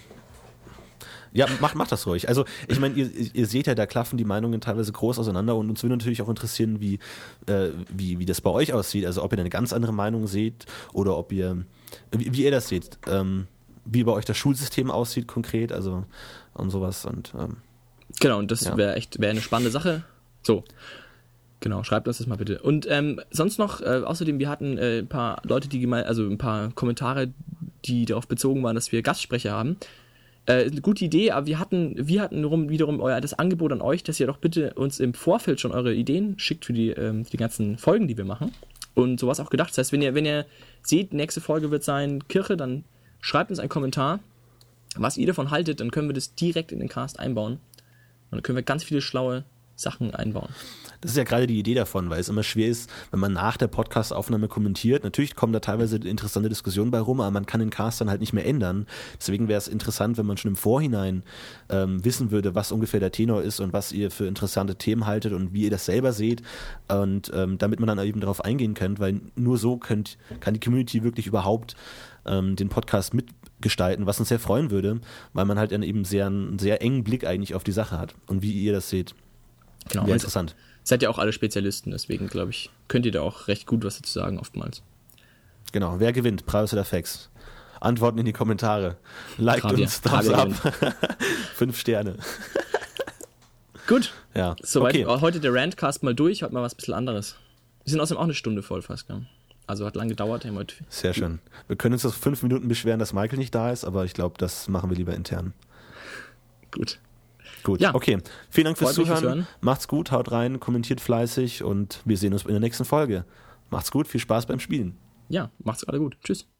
Ja, macht, macht das ruhig. Also ich meine, ihr, ihr seht ja, da klaffen die Meinungen teilweise groß auseinander und uns würde natürlich auch interessieren, wie, äh, wie, wie das bei euch aussieht. Also ob ihr eine ganz andere Meinung seht oder ob ihr, wie, wie ihr das seht. Ähm, wie bei euch das Schulsystem aussieht konkret, also und sowas. Und, ähm, genau, und das ja. wäre echt wäre eine spannende Sache. So, genau, schreibt uns das mal bitte. Und ähm, sonst noch, äh, außerdem, wir hatten äh, ein paar Leute, die gemeint, also ein paar Kommentare, die darauf bezogen waren, dass wir Gastsprecher haben. Äh, eine gute Idee, aber wir hatten, wir hatten rum, wiederum euer, das Angebot an euch, dass ihr doch bitte uns im Vorfeld schon eure Ideen schickt für die, ähm, für die ganzen Folgen, die wir machen. Und sowas auch gedacht. Das heißt, wenn ihr, wenn ihr seht, nächste Folge wird sein Kirche, dann schreibt uns einen Kommentar, was ihr davon haltet, dann können wir das direkt in den Cast einbauen. Und dann können wir ganz viele schlaue Sachen einbauen. Das ist ja gerade die Idee davon, weil es immer schwer ist, wenn man nach der Podcast-Aufnahme kommentiert. Natürlich kommen da teilweise interessante Diskussionen bei rum, aber man kann den Cast dann halt nicht mehr ändern. Deswegen wäre es interessant, wenn man schon im Vorhinein ähm, wissen würde, was ungefähr der Tenor ist und was ihr für interessante Themen haltet und wie ihr das selber seht. Und ähm, damit man dann eben darauf eingehen könnt, weil nur so könnt, kann die Community wirklich überhaupt ähm, den Podcast mitgestalten, was uns sehr freuen würde, weil man halt dann eben sehr, einen sehr engen Blick eigentlich auf die Sache hat und wie ihr das seht. Genau, wäre interessant. Seid ja auch alle Spezialisten, deswegen glaube ich, könnt ihr da auch recht gut was dazu sagen oftmals. Genau, wer gewinnt, Preis oder Facts? Antworten in die Kommentare. Liked Travier. uns, Thumbs Travier up. Fünf Sterne. Gut, ja. Soweit okay. Heute der Rantcast mal durch, heute mal was ein bisschen anderes. Wir sind außerdem auch eine Stunde voll fast, gell? Also hat lange gedauert. Haben heute Sehr schön. Wir können uns auf fünf Minuten beschweren, dass Michael nicht da ist, aber ich glaube, das machen wir lieber intern. Gut. Gut, ja. Okay. Vielen Dank fürs Zuhören. Fürs Macht's gut, haut rein, kommentiert fleißig und wir sehen uns in der nächsten Folge. Macht's gut, viel Spaß beim Spielen. Ja, macht's gerade gut. Tschüss.